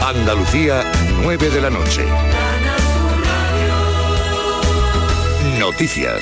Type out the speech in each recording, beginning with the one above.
Andalucía, 9 de la noche. Noticias.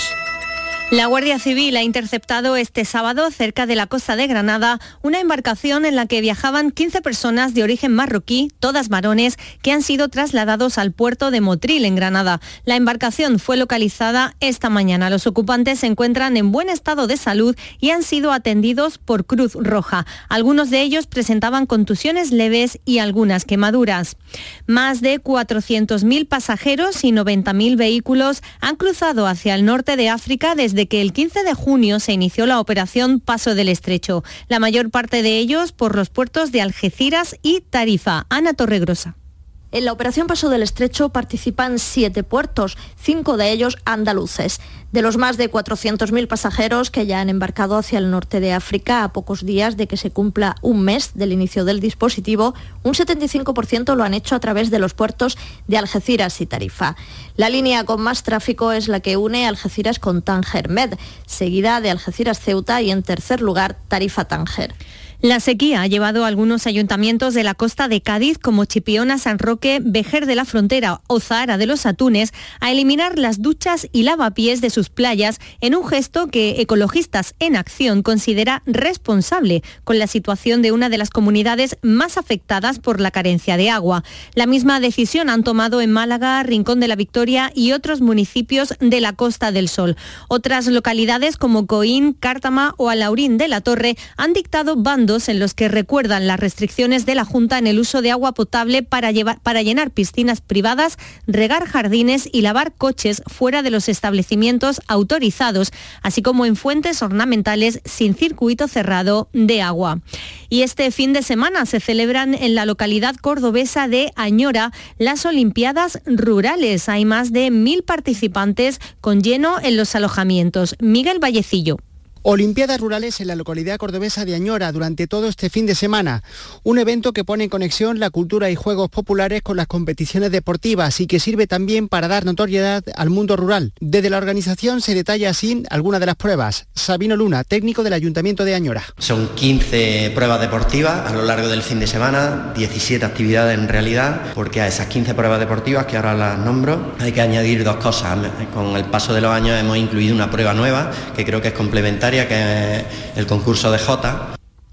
La Guardia Civil ha interceptado este sábado cerca de la costa de Granada una embarcación en la que viajaban 15 personas de origen marroquí, todas varones, que han sido trasladados al puerto de Motril, en Granada. La embarcación fue localizada esta mañana. Los ocupantes se encuentran en buen estado de salud y han sido atendidos por Cruz Roja. Algunos de ellos presentaban contusiones leves y algunas quemaduras. Más de 400.000 pasajeros y 90.000 vehículos han cruzado hacia el norte de África desde que el 15 de junio se inició la operación Paso del Estrecho. La mayor parte de ellos por los puertos de Algeciras y Tarifa. Ana Torregrosa. En la operación Paso del Estrecho participan 7 puertos, 5 de ellos andaluces. De los más de 400.000 pasajeros que ya han embarcado hacia el norte de África a pocos días de que se cumpla un mes del inicio del dispositivo, un 75% lo han hecho a través de los puertos de Algeciras y Tarifa. La línea con más tráfico es la que une Algeciras con Tánger-Med, seguida de Algeciras-Ceuta y en tercer lugar Tarifa-Tánger. La sequía ha llevado a algunos ayuntamientos de la costa de Cádiz, como Chipiona, San Roque, Vejer de la Frontera o Zahara de los Atunes, a eliminar las duchas y lavapiés de sus playas en un gesto que Ecologistas en Acción considera responsable con la situación de una de las comunidades más afectadas por la carencia de agua. La misma decisión han tomado en Málaga, Rincón de la Victoria y otros municipios de la Costa del Sol. Otras localidades como Coín, Cártama o Alaurín de la Torre han dictado bandos en los que recuerdan las restricciones de la Junta en el uso de agua potable para llenar piscinas privadas, regar jardines y lavar coches fuera de los establecimientos autorizados, así como en fuentes ornamentales sin circuito cerrado de agua. Y este fin de semana se celebran en la localidad cordobesa de Añora las Olimpiadas Rurales. Hay más de 1.000 participantes con lleno en los alojamientos. Miguel Vallecillo. Olimpiadas Rurales en la localidad cordobesa de Añora durante todo este fin de semana. Un evento que pone en conexión la cultura y juegos populares con las competiciones deportivas y que sirve también para dar notoriedad al mundo rural. Desde la organización se detalla así algunas de las pruebas. Sabino Luna, técnico del Ayuntamiento de Añora. Son 15 pruebas deportivas a lo largo del fin de semana, 17 actividades en realidad, porque a esas 15 pruebas deportivas, que ahora las nombro, hay que añadir 2 cosas. Con el paso de los años hemos incluido una prueba nueva que creo que es complementaria, que es el concurso de Jota.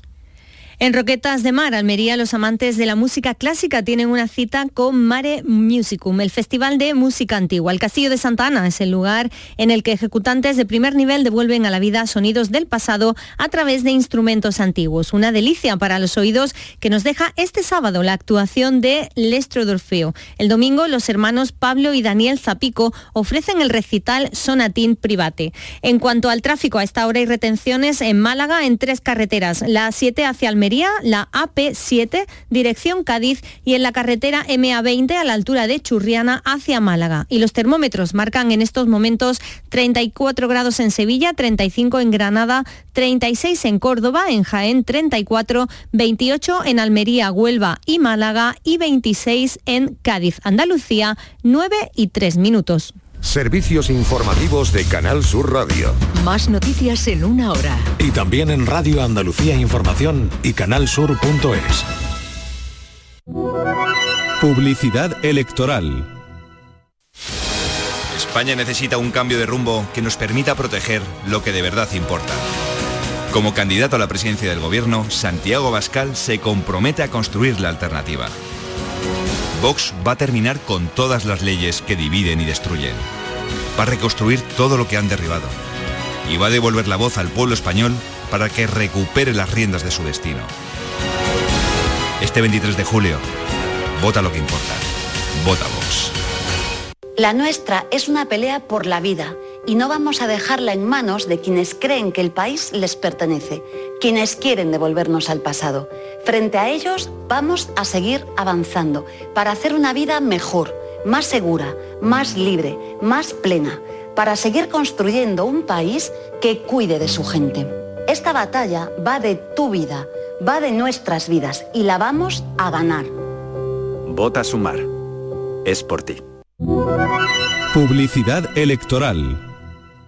En Roquetas de Mar, Almería, los amantes de la música clásica tienen una cita con Mare Musicum, el festival de música antigua. El Castillo de Santa Ana es el lugar en el que ejecutantes de primer nivel devuelven a la vida sonidos del pasado a través de instrumentos antiguos. Una delicia para los oídos que nos deja este sábado la actuación de Lestro d'Orfeo. El domingo, los hermanos Pablo y Daniel Zapico ofrecen el recital Sonatín Private. En cuanto al tráfico, a esta hora hay retenciones en Málaga en 3 carreteras. La A7 hacia Almería, la AP7, dirección Cádiz, y en la carretera MA20 a la altura de Churriana hacia Málaga. Y los termómetros marcan en estos momentos 34 grados en Sevilla, 35 en Granada, 36 en Córdoba, en Jaén 34, 28 en Almería, Huelva y Málaga y 26 en Cádiz, Andalucía, 9:03. Servicios informativos de Canal Sur Radio. Más noticias en una hora. Y también en Radio Andalucía Información y canalsur.es. Publicidad electoral. España necesita un cambio de rumbo que nos permita proteger lo que de verdad importa. Como candidato a la presidencia del Gobierno, Santiago Abascal se compromete a construir la alternativa. Vox va a terminar con todas las leyes que dividen y destruyen. Va a reconstruir todo lo que han derribado. Y va a devolver la voz al pueblo español para que recupere las riendas de su destino. Este 23 de julio, vota lo que importa. Vota Vox. La nuestra es una pelea por la vida y no vamos a dejarla en manos de quienes creen que el país les pertenece, quienes quieren devolvernos al pasado. Frente a ellos vamos a seguir avanzando para hacer una vida mejor, más segura, más libre, más plena, para seguir construyendo un país que cuide de su gente. Esta batalla va de tu vida, va de nuestras vidas y la vamos a ganar. Vota Sumar. Es por ti. Publicidad electoral.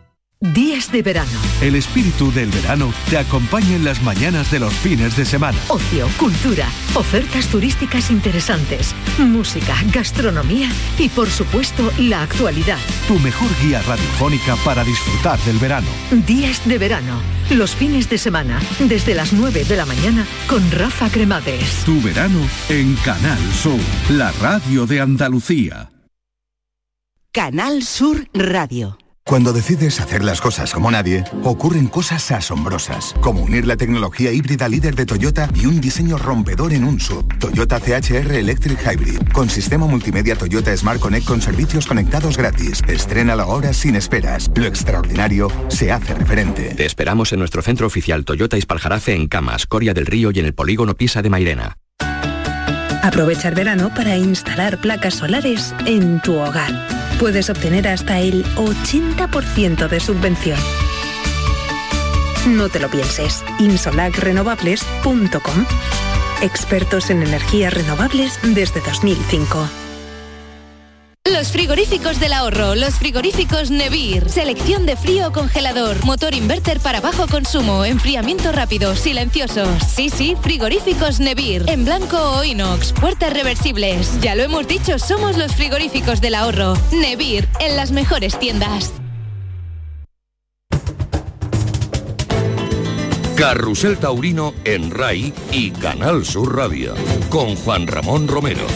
Días de verano. El espíritu del verano te acompaña en las mañanas de los fines de semana. Ocio, cultura, ofertas turísticas interesantes, música, gastronomía y por supuesto la actualidad. Tu mejor guía radiofónica para disfrutar del verano. Días de verano. Los fines de semana, desde las 9 de la mañana con Rafa Cremades. Tu verano en Canal Sur, la radio de Andalucía. Canal Sur Radio. Cuando decides hacer las cosas como nadie, ocurren cosas asombrosas, como unir la tecnología híbrida líder de Toyota y un diseño rompedor en un SUV. Toyota CHR Electric Hybrid, con sistema multimedia Toyota Smart Connect con servicios conectados gratis. Estrénalo ahora sin esperas. Lo extraordinario se hace referente. Te esperamos en nuestro centro oficial Toyota Ispaljarafe en Camas, Coria del Río y en el polígono Pisa de Mairena. Aprovecha el verano para instalar placas solares en tu hogar. Puedes obtener hasta el 80% de subvención. No te lo pienses. insolacrenovables.com. Expertos en energías renovables desde 2005. Los frigoríficos del ahorro, los frigoríficos Nevir. Selección de frío o congelador, motor inverter para bajo consumo, enfriamiento rápido, silenciosos. Sí, frigoríficos Nevir. En blanco o inox, puertas reversibles. Ya lo hemos dicho, somos los frigoríficos del ahorro. Nevir, en las mejores tiendas. Carrusel Taurino en RAI y Canal Sur Radio. Con Juan Ramón Romero.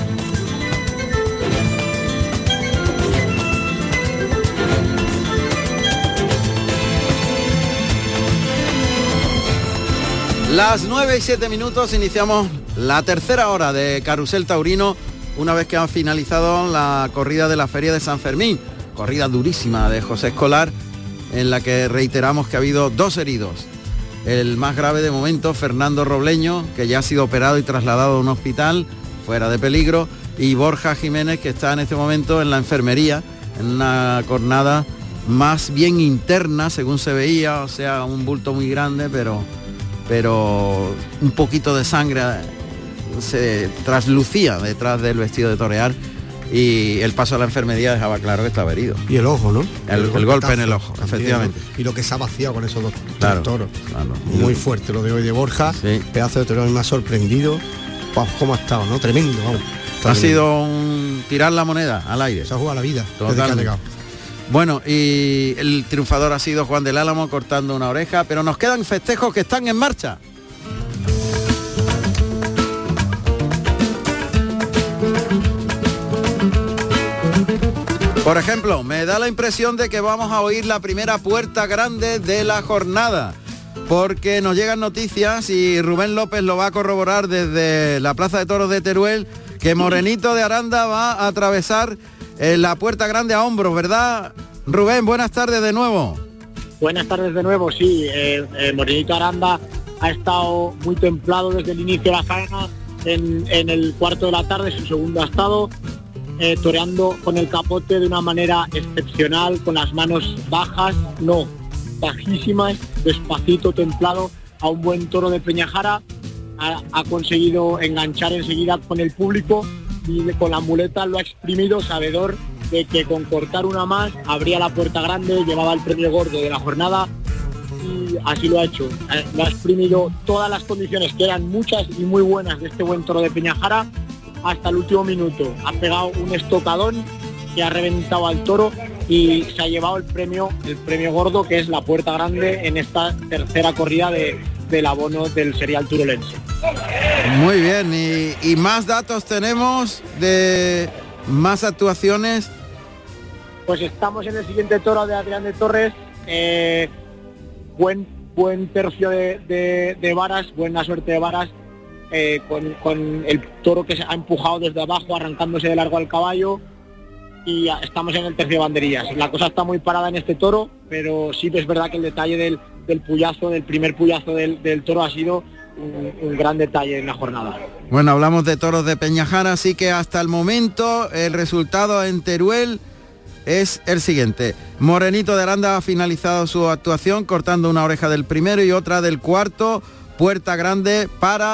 Las 9:07 iniciamos la tercera hora de Carrusel Taurino, una vez que ha finalizado la corrida de la Feria de San Fermín, corrida durísima de José Escolar, en la que reiteramos que ha habido 2 heridos. El más grave de momento, Fernando Robleño, que ya ha sido operado y trasladado a un hospital fuera de peligro, y Borja Jiménez, que está en este momento en la enfermería, en una cornada más bien interna, según se veía, o sea, un bulto muy grande, pero un poquito de sangre se traslucía detrás del vestido de torear, y el paso a la enfermería dejaba claro que estaba herido. Y el ojo, ¿no? El golpe en el ojo, efectivamente. Y lo que se ha vaciado con esos dos toros. Claro. Muy fuerte lo de hoy de Borja, sí. Pedazo de toro, me ha sorprendido. Pues, cómo ha estado, ¿no? Tremendo, vamos. Ha sido un tirar la moneda al aire. Se ha jugado la vida. Totalmente. Bueno, y el triunfador ha sido Juan del Álamo, cortando una oreja, pero nos quedan festejos que están en marcha. Por ejemplo, me da la impresión de que vamos a oír la primera puerta grande de la jornada, porque nos llegan noticias, y Rubén López lo va a corroborar desde la Plaza de Toros de Teruel, que Morenito de Aranda va a atravesar la puerta grande a hombros, ¿verdad? Rubén, buenas tardes de nuevo. Buenas tardes de nuevo, sí. Morenito Aranda ha estado muy templado desde el inicio de la faena. En el cuarto de la tarde, su segundo ha estado toreando con el capote de una manera excepcional, con las manos bajas, bajísimas, despacito, templado, a un buen toro de Peñajara. Ha conseguido enganchar enseguida con el público, y con la muleta lo ha exprimido, sabedor de que con cortar una más abría la puerta grande, llevaba el premio gordo de la jornada, y así lo ha hecho. Lo ha exprimido todas las condiciones, que eran muchas y muy buenas, de este buen toro de Peñajara, hasta el último minuto. Ha pegado un estocadón que ha reventado al toro y se ha llevado el premio gordo, que es la puerta grande en esta tercera corrida del abono del serial turolense. Muy bien, y más datos tenemos de más actuaciones. Pues estamos en el siguiente toro de Adrián de Torres. Buen tercio de varas, buena suerte de varas, con el toro que se ha empujado desde abajo, arrancándose de largo al caballo, y estamos en el tercio de banderillas. La cosa está muy parada en este toro, pero sí es verdad que el detalle del puyazo, del primer puyazo del toro, ha sido un gran detalle en la jornada. Bueno, hablamos de toros de Peñajara, así que hasta el momento el resultado en Teruel es el siguiente. Morenito de Aranda ha finalizado su actuación cortando una oreja del primero y otra del cuarto. Puerta grande para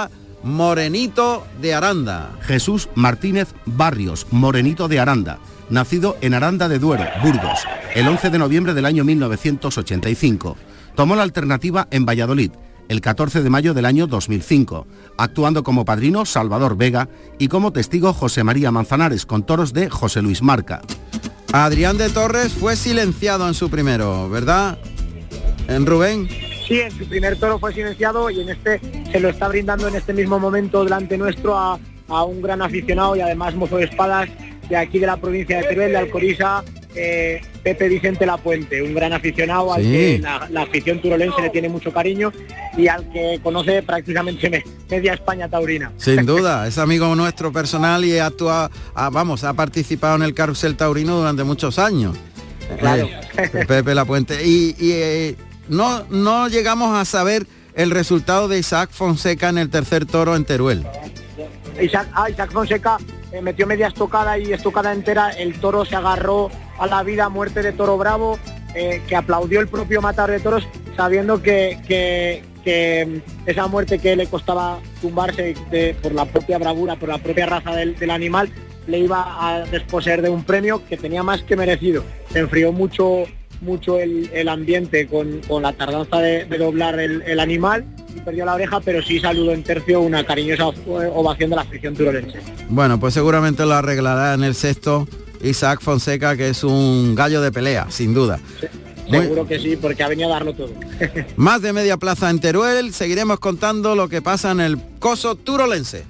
Morenito de Aranda. Jesús Martínez Barrios, Morenito de Aranda, nacido en Aranda de Duero, Burgos, el 11 de noviembre del año 1985. Tomó la alternativa en Valladolid, el 14 de mayo del año 2005, actuando como padrino Salvador Vega y como testigo José María Manzanares, con toros de José Luis Marca. Adrián de Torres fue silenciado en su primero, ¿verdad, Rubén? Sí, en su primer toro fue silenciado y en este se lo está brindando en este mismo momento delante nuestro a un gran aficionado y además mozo de espadas de aquí de la provincia de Teruel, de Alcoriza, Pepe Vicente Lapuente, un gran aficionado al que la afición turolense le tiene mucho cariño y al que conoce prácticamente media España taurina. Sin duda, es amigo nuestro personal y ha participado en el carrusel taurino durante muchos años. Claro. Pepe Lapuente. Y no llegamos a saber el resultado de Isaac Fonseca en el tercer toro en Teruel. Isaac Fonseca metió media estocada y estocada entera, el toro se agarró a la vida, muerte de toro bravo, que aplaudió el propio matador de toros, sabiendo que esa muerte que le costaba tumbarse por la propia bravura, por la propia raza del animal, le iba a desposeer de un premio que tenía más que merecido. Se enfrió mucho el ambiente con la tardanza de doblar el animal y perdió la oreja, pero sí saludó en tercio una cariñosa ovación de la afición turolense. Bueno, pues seguramente lo arreglará en el sexto Isaac Fonseca, que es un gallo de pelea, sin duda. Sí, seguro que sí, porque ha venido a darlo todo. Más de media plaza en Teruel, seguiremos contando lo que pasa en el coso turolense.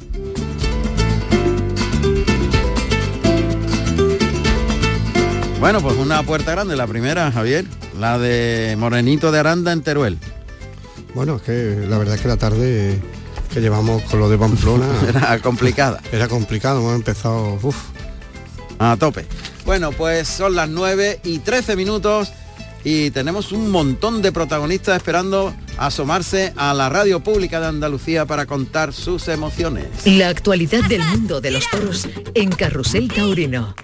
Bueno, pues una puerta grande, la primera, Javier, la de Morenito de Aranda en Teruel. Bueno, es que la verdad es que la tarde que llevamos con lo de Pamplona era complicada. Era complicado, hemos empezado a tope. Bueno, pues son las 9:13 y tenemos un montón de protagonistas esperando asomarse a la radio pública de Andalucía para contar sus emociones. La actualidad del mundo de los toros en Carrusel Taurino.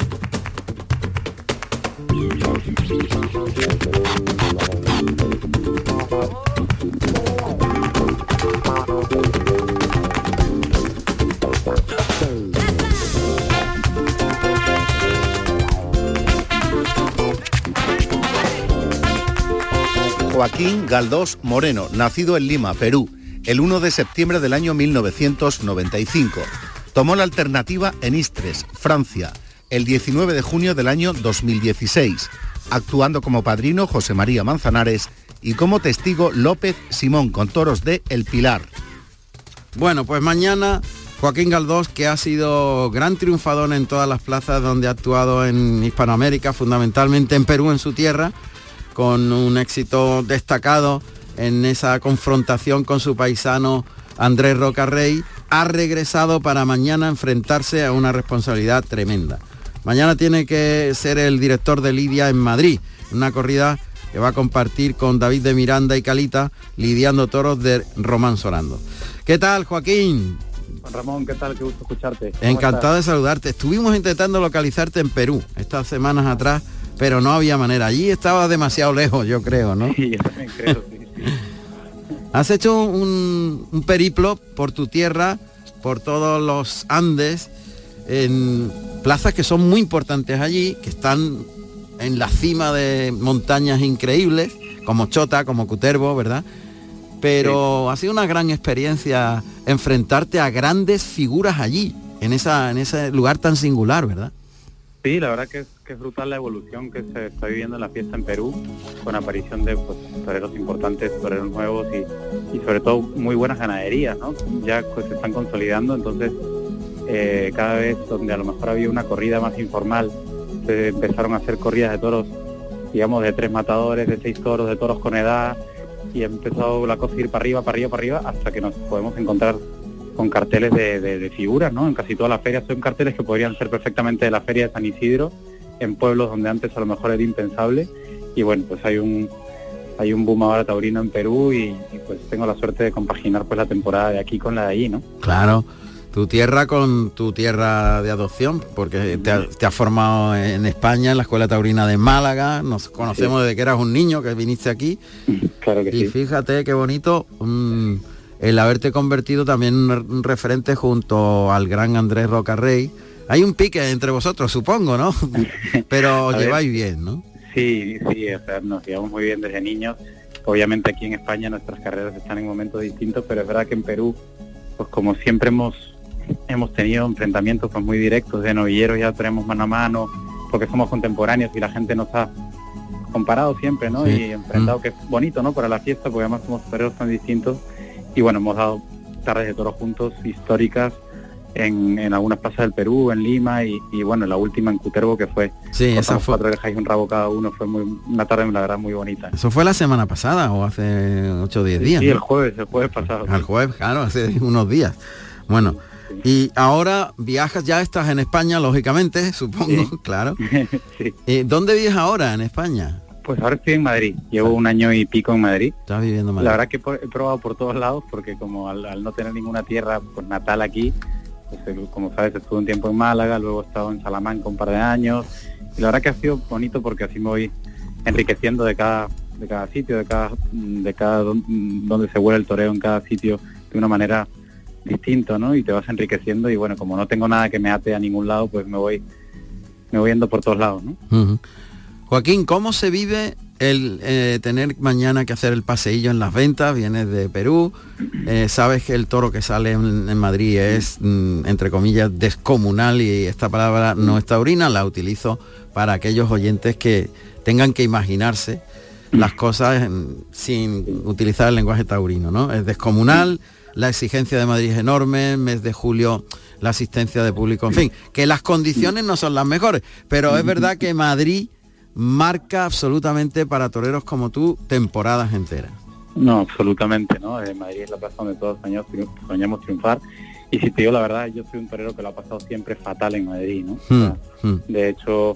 Joaquín Galdós Moreno, nacido en Lima, Perú, el 1 de septiembre del año 1995. Tomó la alternativa en Istres, Francia, el 19 de junio del año 2016, actuando como padrino José María Manzanares y como testigo López Simón, con toros de El Pilar. Bueno, pues mañana Joaquín Galdós, que ha sido gran triunfador en todas las plazas donde ha actuado en Hispanoamérica, fundamentalmente en Perú, en su tierra, con un éxito destacado en esa confrontación con su paisano Andrés Rocarrey, ha regresado para mañana enfrentarse a una responsabilidad tremenda. Mañana tiene que ser el director de Lidia en Madrid, una corrida que va a compartir con David de Miranda y Calita, lidiando toros de Román Sorando. ¿Qué tal, Joaquín? Juan Ramón, ¿qué tal? Qué gusto escucharte. Encantado de saludarte. Estuvimos intentando localizarte en Perú estas semanas atrás, pero no había manera. Allí estaba demasiado lejos, yo creo, ¿no? Sí, yo también creo, sí. Has hecho un periplo por tu tierra, por todos los Andes, en plazas que son muy importantes allí, que están en la cima de montañas increíbles, como Chota, como Cutervo, ¿verdad? Pero sí, ha sido una gran experiencia enfrentarte a grandes figuras allí, en ese lugar tan singular, ¿verdad? Sí, la verdad que es brutal la evolución que se está viviendo en la fiesta en Perú, con aparición de toreros importantes, toreros nuevos y sobre todo muy buenas ganaderías, ¿no? Ya pues, se están consolidando, entonces cada vez donde a lo mejor había una corrida más informal, se empezaron a hacer corridas de toros, digamos, de 3 matadores, de 6 toros, de toros con edad, y ha empezado la cosa a ir para arriba, hasta que nos podemos encontrar con carteles de figuras, ¿no? En casi todas las ferias son carteles que podrían ser perfectamente de la feria de San Isidro, en pueblos donde antes a lo mejor era impensable, y bueno, pues hay un boom ahora taurino en Perú y pues tengo la suerte de compaginar pues la temporada de aquí con la de allí, ¿no? Claro, tu tierra con tu tierra de adopción, porque te has formado en España, en la Escuela Taurina de Málaga, nos conocemos desde que eras un niño que viniste aquí. Claro que y sí. Fíjate qué bonito, el haberte convertido también en un referente junto al gran Andrés Rocarrey. Hay un pique entre vosotros, supongo, ¿no? Pero os lleváis bien, ¿no? Sí, o sea, nos llevamos muy bien desde niños. Obviamente aquí en España nuestras carreras están en momentos distintos, pero es verdad que en Perú, pues como siempre hemos tenido enfrentamientos pues muy directos, de novilleros ya tenemos mano a mano, porque somos contemporáneos y la gente nos ha comparado siempre, ¿no? Sí. Y enfrentado, que es bonito, ¿no? Para la fiesta, porque además somos toreros tan distintos. Y bueno, hemos dado tardes de toros juntos históricas en algunas plazas del Perú, en Lima y bueno, la última en Cutervo, que fue esa fue 4 orejas y un rabo cada uno, fue una tarde, la verdad, muy bonita. ¿Eso fue la semana pasada o hace 8 o 10 días? Sí, ¿no? el jueves pasado. El jueves, claro, hace unos días. Bueno, sí. Y ahora viajas, ya estás en España, lógicamente, supongo, sí. Claro. Sí. ¿Dónde vives ahora en España? Pues ahora estoy en Madrid, llevo un año y pico en Madrid. ¿Estás viviendo en Madrid? La verdad que he probado por todos lados, porque como al no tener ninguna tierra pues natal aquí, pues, como sabes, estuve un tiempo en Málaga, luego he estado en Salamanca un par de años, y la verdad que ha sido bonito porque así me voy enriqueciendo de cada sitio, de cada donde se vuelve el toreo en cada sitio de una manera distinta, ¿no? Y te vas enriqueciendo y bueno, como no tengo nada que me ate a ningún lado, pues me voy yendo por todos lados, ¿no? Uh-huh. Joaquín, ¿cómo se vive el tener mañana que hacer el paseillo en las ventas? Vienes de Perú, sabes que el toro que sale en Madrid es, entre comillas, descomunal, y esta palabra no es taurina, la utilizo para aquellos oyentes que tengan que imaginarse las cosas sin utilizar el lenguaje taurino, ¿no? Es descomunal, la exigencia de Madrid es enorme, mes de julio la asistencia de público, en fin, que las condiciones no son las mejores, pero es verdad que Madrid marca absolutamente para toreros como tú temporadas enteras. No, absolutamente, ¿no? Madrid es la plaza donde todos los años soñamos triunfar, y si te digo la verdad, yo soy un torero que lo ha pasado siempre fatal en Madrid, ¿no? De hecho,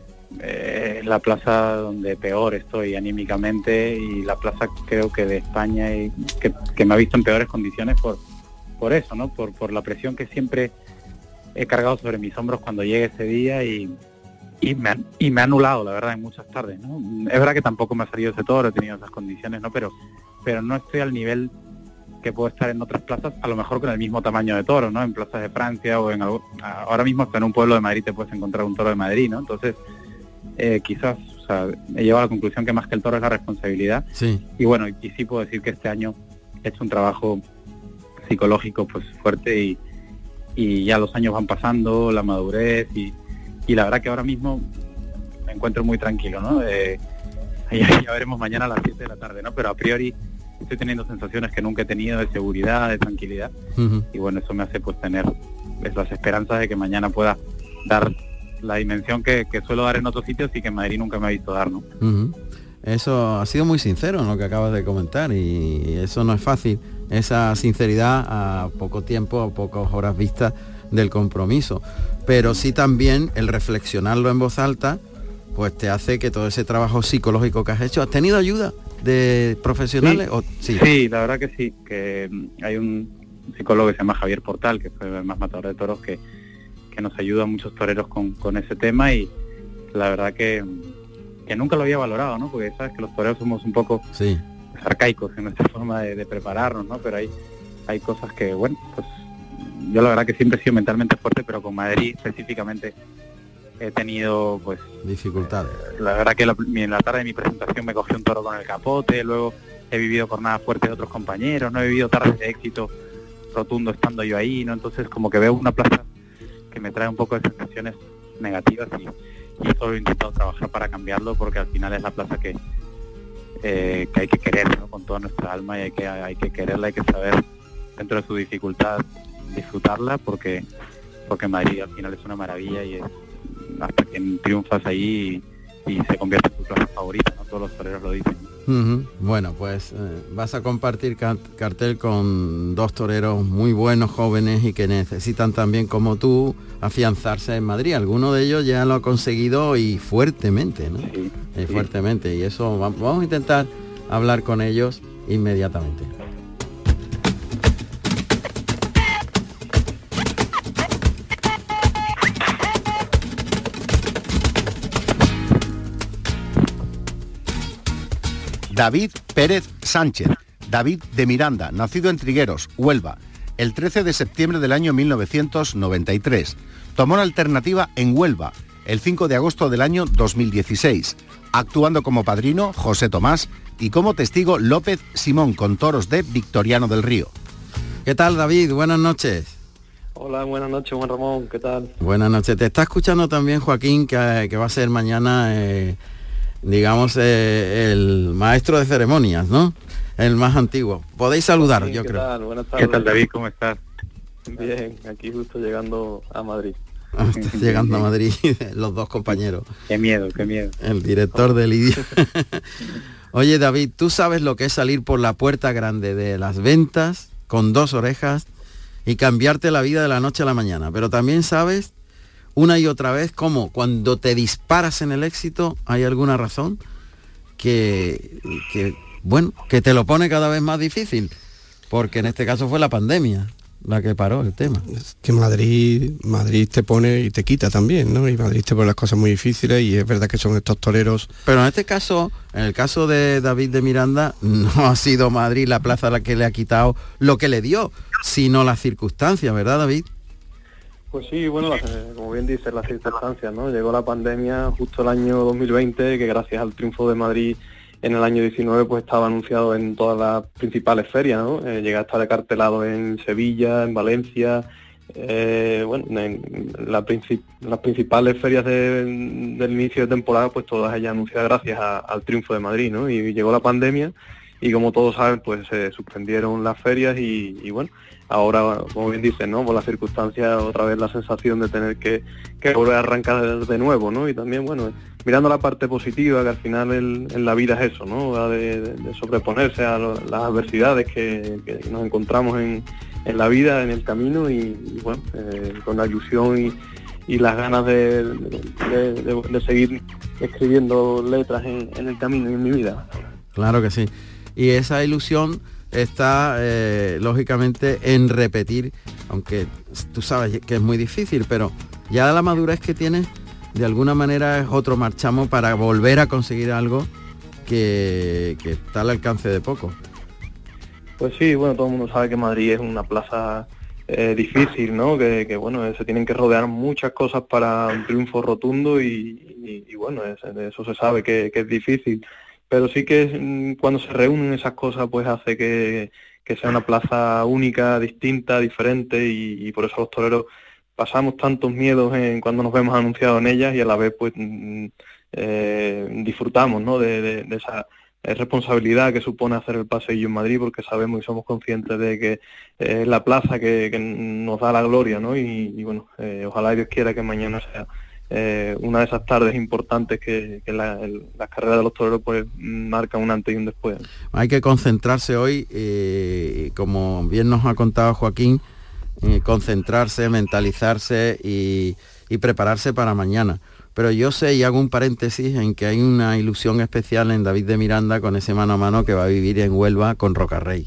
la plaza donde peor estoy anímicamente, y la plaza creo que de España, y que me ha visto en peores condiciones por eso, ¿no? Por la presión que siempre he cargado sobre mis hombros cuando llegue ese día, y me ha anulado, la verdad, en muchas tardes, ¿no? Es verdad que tampoco me ha salido ese toro, he tenido esas condiciones, ¿no? Pero no estoy al nivel que puedo estar en otras plazas, a lo mejor con el mismo tamaño de toro, ¿no? En plazas de Francia o ahora mismo hasta en un pueblo de Madrid te puedes encontrar un toro de Madrid, ¿no? Entonces, quizás, o sea, he llegado a la conclusión que más que el toro es la responsabilidad. Sí. Y bueno, y sí puedo decir que este año he hecho un trabajo psicológico pues fuerte, y ya los años van pasando, la madurez, y la verdad que ahora mismo me encuentro muy tranquilo, ¿no? Ya veremos mañana a las 7 de la tarde, ¿no? Pero a priori estoy teniendo sensaciones que nunca he tenido, de seguridad, de tranquilidad. Uh-huh. Y bueno, eso me hace pues tener las esperanzas de que mañana pueda dar la dimensión que suelo dar en otros sitios y que en Madrid nunca me ha visto dar, ¿no? Uh-huh. Eso ha sido muy sincero en lo que acabas de comentar, y eso no es fácil, esa sinceridad a poco tiempo, a pocas horas vistas del compromiso, pero sí también el reflexionarlo en voz alta pues te hace que todo ese trabajo psicológico que has hecho. ¿Has tenido ayuda de profesionales? Sí, sí, la verdad que sí, que hay un psicólogo que se llama Javier Portal, que fue el más matador de toros, que nos ayuda a muchos toreros con ese tema, y la verdad que nunca lo había valorado, ¿no? Porque sabes que los toreros somos un poco arcaicos en nuestra forma de prepararnos, ¿no? Pero hay cosas que, bueno, pues yo la verdad que siempre he sido mentalmente fuerte, pero con Madrid específicamente he tenido pues dificultades. La verdad que en la tarde de mi presentación me cogió un toro con el capote, luego he vivido jornadas fuertes de otros compañeros, no he vivido tardes de éxito rotundo estando yo ahí, ¿no? Entonces como que veo una plaza que me trae un poco de sensaciones negativas, y eso lo he intentado trabajar para cambiarlo, porque al final es la plaza que hay que querer, ¿no? Con toda nuestra alma, y hay que quererla, hay que saber dentro de su dificultad disfrutarla, porque Madrid al final es una maravilla, y es hasta que triunfas ahí y se convierte en tu plaza favorita, ¿no? Todos los toreros lo dicen. Uh-huh. Bueno, pues vas a compartir cartel con dos toreros muy buenos, jóvenes, y que necesitan también, como tú, afianzarse en Madrid. Alguno de ellos ya lo ha conseguido, y fuertemente, ¿no? Sí. Fuertemente, y eso vamos a intentar hablar con ellos inmediatamente. David Pérez Sánchez, David de Miranda, nacido en Trigueros, Huelva, el 13 de septiembre del año 1993. Tomó la alternativa en Huelva, el 5 de agosto del año 2016, actuando como padrino José Tomás y como testigo López Simón con toros de Victoriano del Río. ¿Qué tal, David? Buenas noches. Hola, buenas noches, Juan Ramón, ¿qué tal? Buenas noches. Te está escuchando también Joaquín, que va a ser mañana, el maestro de ceremonias, ¿no? El más antiguo. Podéis saludar, sí, yo creo. Tal? Buenas tardes. ¿Qué tal, David? ¿Cómo estás? Bien, aquí justo llegando a Madrid. Llegando a Madrid, los dos compañeros. Qué miedo, qué miedo. El director de Lidia. Oye, David, ¿tú sabes lo que es salir por la puerta grande de las ventas con 2 orejas y cambiarte la vida de la noche a la mañana? Pero también sabes una y otra vez cómo cuando te disparas en el éxito hay alguna razón que te lo pone cada vez más difícil, porque en este caso fue la pandemia la que paró el tema. Es que Madrid te pone y te quita también, ¿no? Y Madrid te pone las cosas muy difíciles y es verdad que son estos toreros. Pero en este caso, en el caso de David de Miranda, no ha sido Madrid la plaza la que le ha quitado lo que le dio, sino las circunstancias, ¿verdad, David? Pues sí, bueno, como bien dices, las circunstancias, ¿no? Llegó la pandemia justo el año 2020, que gracias al triunfo de Madrid en el año 19 pues estaba anunciado en todas las principales ferias, ¿no? Llega a estar acartelado en Sevilla, en Valencia, en las principales ferias del inicio de temporada, pues todas ellas anunciadas gracias al triunfo de Madrid, ¿no? Y llegó la pandemia y como todos saben, pues se suspendieron las ferias y bueno, ahora, como bien dicen, ¿no? Por las circunstancias, otra vez la sensación de tener que volver a arrancar de nuevo, ¿no? Y también, bueno, mirando la parte positiva, que al final en la vida es eso, ¿no? De sobreponerse a las adversidades que nos encontramos en la vida, en el camino y bueno, con la ilusión y las ganas de seguir escribiendo letras en el camino y en mi vida. Claro que sí. Y esa ilusión está lógicamente en repetir, aunque tú sabes que es muy difícil, pero ya la madurez que tienes de alguna manera es otro marchamo para volver a conseguir algo que está al alcance de poco. Pues sí, bueno, todo el mundo sabe que Madrid es una plaza difícil, ¿no? Que bueno, se tienen que rodear muchas cosas para un triunfo rotundo y bueno, eso se sabe que es difícil. Pero sí que cuando se reúnen esas cosas pues hace que sea una plaza única, distinta, diferente y por eso los toreros pasamos tantos miedos cuando nos vemos anunciados en ellas y a la vez pues disfrutamos, ¿no? de esa responsabilidad que supone hacer el paseillo en Madrid, porque sabemos y somos conscientes de que es la plaza que nos da la gloria, ¿no? Y bueno, ojalá Dios quiera que mañana sea una de esas tardes importantes que las carreras de los toreros pues marcan un antes y un después. Hay que concentrarse hoy, como bien nos ha contado Joaquín, concentrarse, mentalizarse y prepararse para mañana. Pero yo sé, y hago un paréntesis, en que hay una ilusión especial en David de Miranda con ese mano a mano que va a vivir en Huelva con Rocarrey.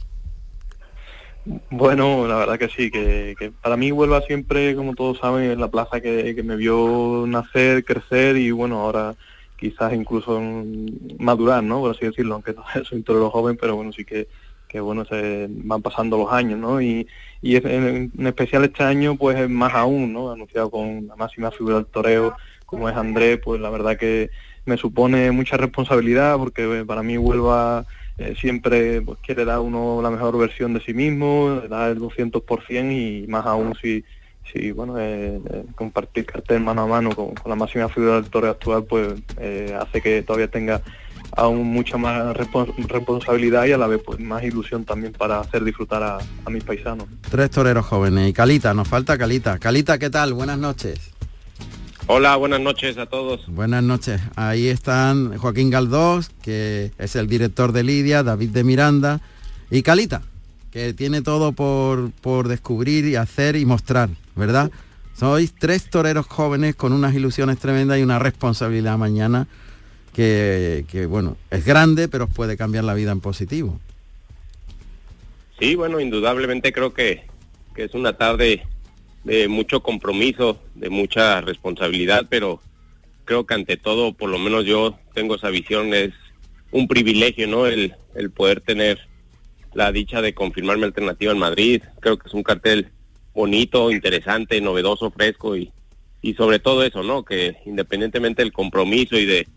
Bueno, la verdad que sí, que para mí Huelva siempre, como todos saben, es la plaza que me vio nacer, crecer y bueno, ahora quizás incluso madurar, ¿no? Por así decirlo, aunque soy un torero joven, pero bueno, sí que bueno, se van pasando los años, ¿no? Y en especial este año, pues más aún, ¿no? Anunciado con la máxima figura del toreo, como es Andrés, pues la verdad que me supone mucha responsabilidad, porque para mí Huelva siempre pues quiere dar uno la mejor versión de sí mismo, dar el 200% y más aún si bueno, compartir cartel mano a mano con la máxima figura del toreo actual, pues hace que todavía tenga aún mucha más responsabilidad y a la vez pues más ilusión también para hacer disfrutar a mis paisanos. 3 toreros jóvenes. Y Calita, nos falta Calita. Calita, ¿qué tal? Buenas noches. Hola, buenas noches a todos. Buenas noches. Ahí están Joaquín Galdós, que es el director de Lidia, David de Miranda, y Calita, que tiene todo por descubrir y hacer y mostrar, ¿verdad? Sois 3 toreros jóvenes con unas ilusiones tremendas y una responsabilidad mañana que bueno, es grande, pero os puede cambiar la vida en positivo. Sí, bueno, indudablemente creo que es una tarde de mucho compromiso, de mucha responsabilidad, pero creo que ante todo, por lo menos yo tengo esa visión, es un privilegio, ¿no? El poder tener la dicha de confirmarme alternativa en Madrid. Creo que es un cartel bonito, interesante, novedoso, fresco y sobre todo eso, ¿no? Que independientemente del compromiso y de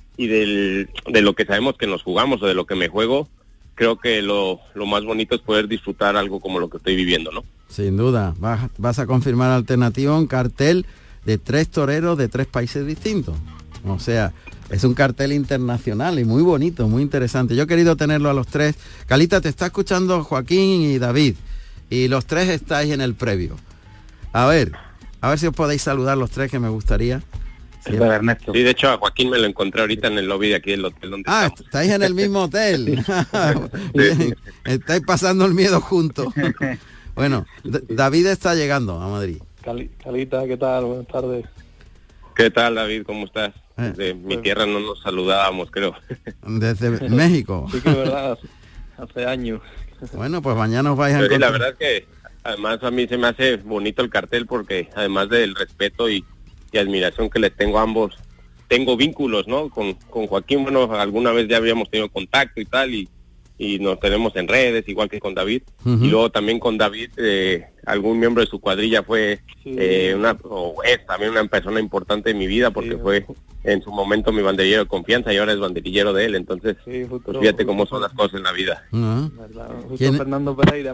lo que sabemos que nos jugamos o de lo que me juego, creo que lo más bonito es poder disfrutar algo como lo que estoy viviendo, ¿no? Sin duda, vas a confirmar alternativa, un cartel de 3 toreros de 3 países distintos. O sea, es un cartel internacional y muy bonito, muy interesante. Yo he querido tenerlo a los 3. Calita, te está escuchando Joaquín y David, y los 3 estáis en el previo. A ver si os podéis saludar los 3, que me gustaría. Sí, Ernesto. Sí, de hecho a Joaquín me lo encontré ahorita en el lobby de aquí del hotel donde estamos. Estáis en el mismo hotel. Bien, estáis pasando el miedo juntos. Bueno, David está llegando a Madrid. Calita, ¿qué tal? Buenas tardes. ¿Qué tal, David? ¿Cómo estás? De mi tierra no nos saludábamos, creo. Desde México. Sí, que es verdad, hace años. Bueno, pues mañana os vais a encontrar. La verdad es que además a mí se me hace bonito el cartel porque además del respeto y admiración que les tengo a ambos, tengo vínculos, ¿no? Con Joaquín, bueno, alguna vez ya habíamos tenido contacto y tal, y nos tenemos en redes, igual que con David. Y luego también con David, algún miembro de su cuadrilla fue es también una persona importante en mi vida, porque fue en su momento mi banderillero de confianza y ahora es banderillero de él. Entonces, pues fíjate cómo son las cosas en la vida. Justo Fernando Pereira,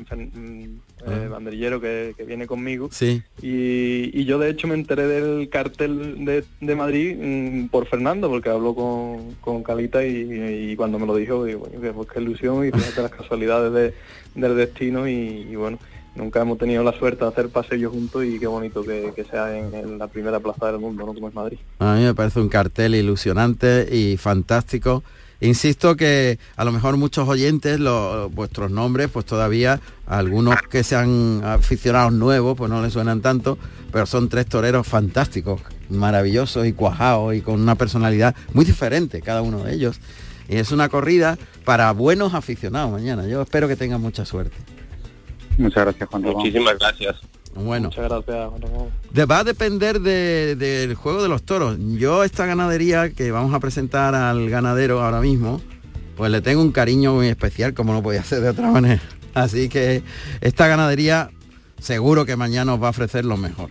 banderillero que viene conmigo. Sí. Y yo de hecho me enteré del cartel de Madrid por Fernando, porque habló con Calita y cuando me lo dijo, digo, pues qué ilusión, y fíjate las casualidades del destino y bueno, nunca hemos tenido la suerte de hacer paseos juntos y qué bonito que sea en la primera plaza del mundo, ¿no? Como es Madrid. A mí me parece un cartel ilusionante y fantástico. Insisto que a lo mejor muchos oyentes, vuestros nombres, pues todavía algunos que sean aficionados nuevos, pues no les suenan tanto, pero son 3 toreros fantásticos, maravillosos y cuajados y con una personalidad muy diferente cada uno de ellos. Y es una corrida para buenos aficionados mañana. Yo espero que tengan mucha suerte. Muchas gracias, Juan Ramón. Muchísimas gracias. Bueno, muchas gracias, Juan Ramón. Va a depender del juego de los toros. Yo esta ganadería que vamos a presentar al ganadero ahora mismo, pues le tengo un cariño muy especial, como no podía ser de otra manera. Así que esta ganadería seguro que mañana os va a ofrecer lo mejor.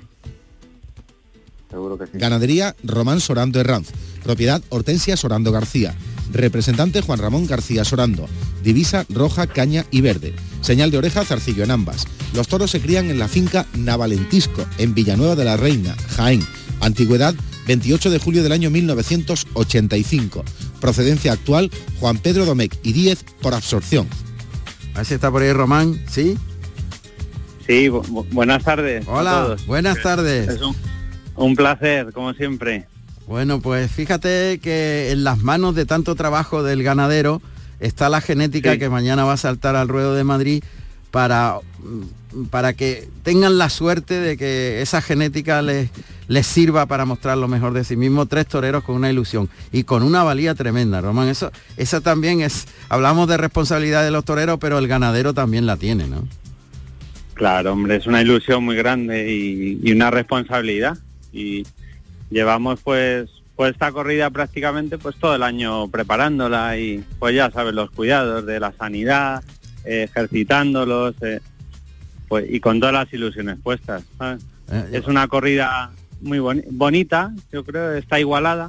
Seguro que sí. Ganadería Román Sorando Herranz. Propiedad Hortensia Sorando García. Representante Juan Ramón García Sorando. Divisa roja, caña y verde. Señal de oreja, zarcillo en ambas. Los toros se crían en la finca Navalentisco, en Villanueva de la Reina, Jaén. Antigüedad, 28 de julio del año 1985. Procedencia actual, Juan Pedro Domecq y Díez por absorción. A ver si está por ahí Román, ¿sí? Sí, buenas tardes. Hola, a todos. Buenas tardes. Es un placer, como siempre. Bueno, pues fíjate que en las manos de tanto trabajo del ganadero está la genética que mañana va a saltar al ruedo de Madrid para que tengan la suerte de que esa genética les sirva para mostrar lo mejor de sí mismo. 3 toreros con una ilusión y con una valía tremenda, Román. Eso también es, hablamos de responsabilidad de los toreros, pero el ganadero también la tiene, ¿no? Claro, hombre, es una ilusión muy grande y una responsabilidad. Y llevamos pues esta corrida prácticamente pues todo el año preparándola y pues ya sabes, los cuidados de la sanidad, ejercitándolos, pues y con todas las ilusiones puestas, ¿sabes? Es una corrida muy bonita, yo creo, está igualada.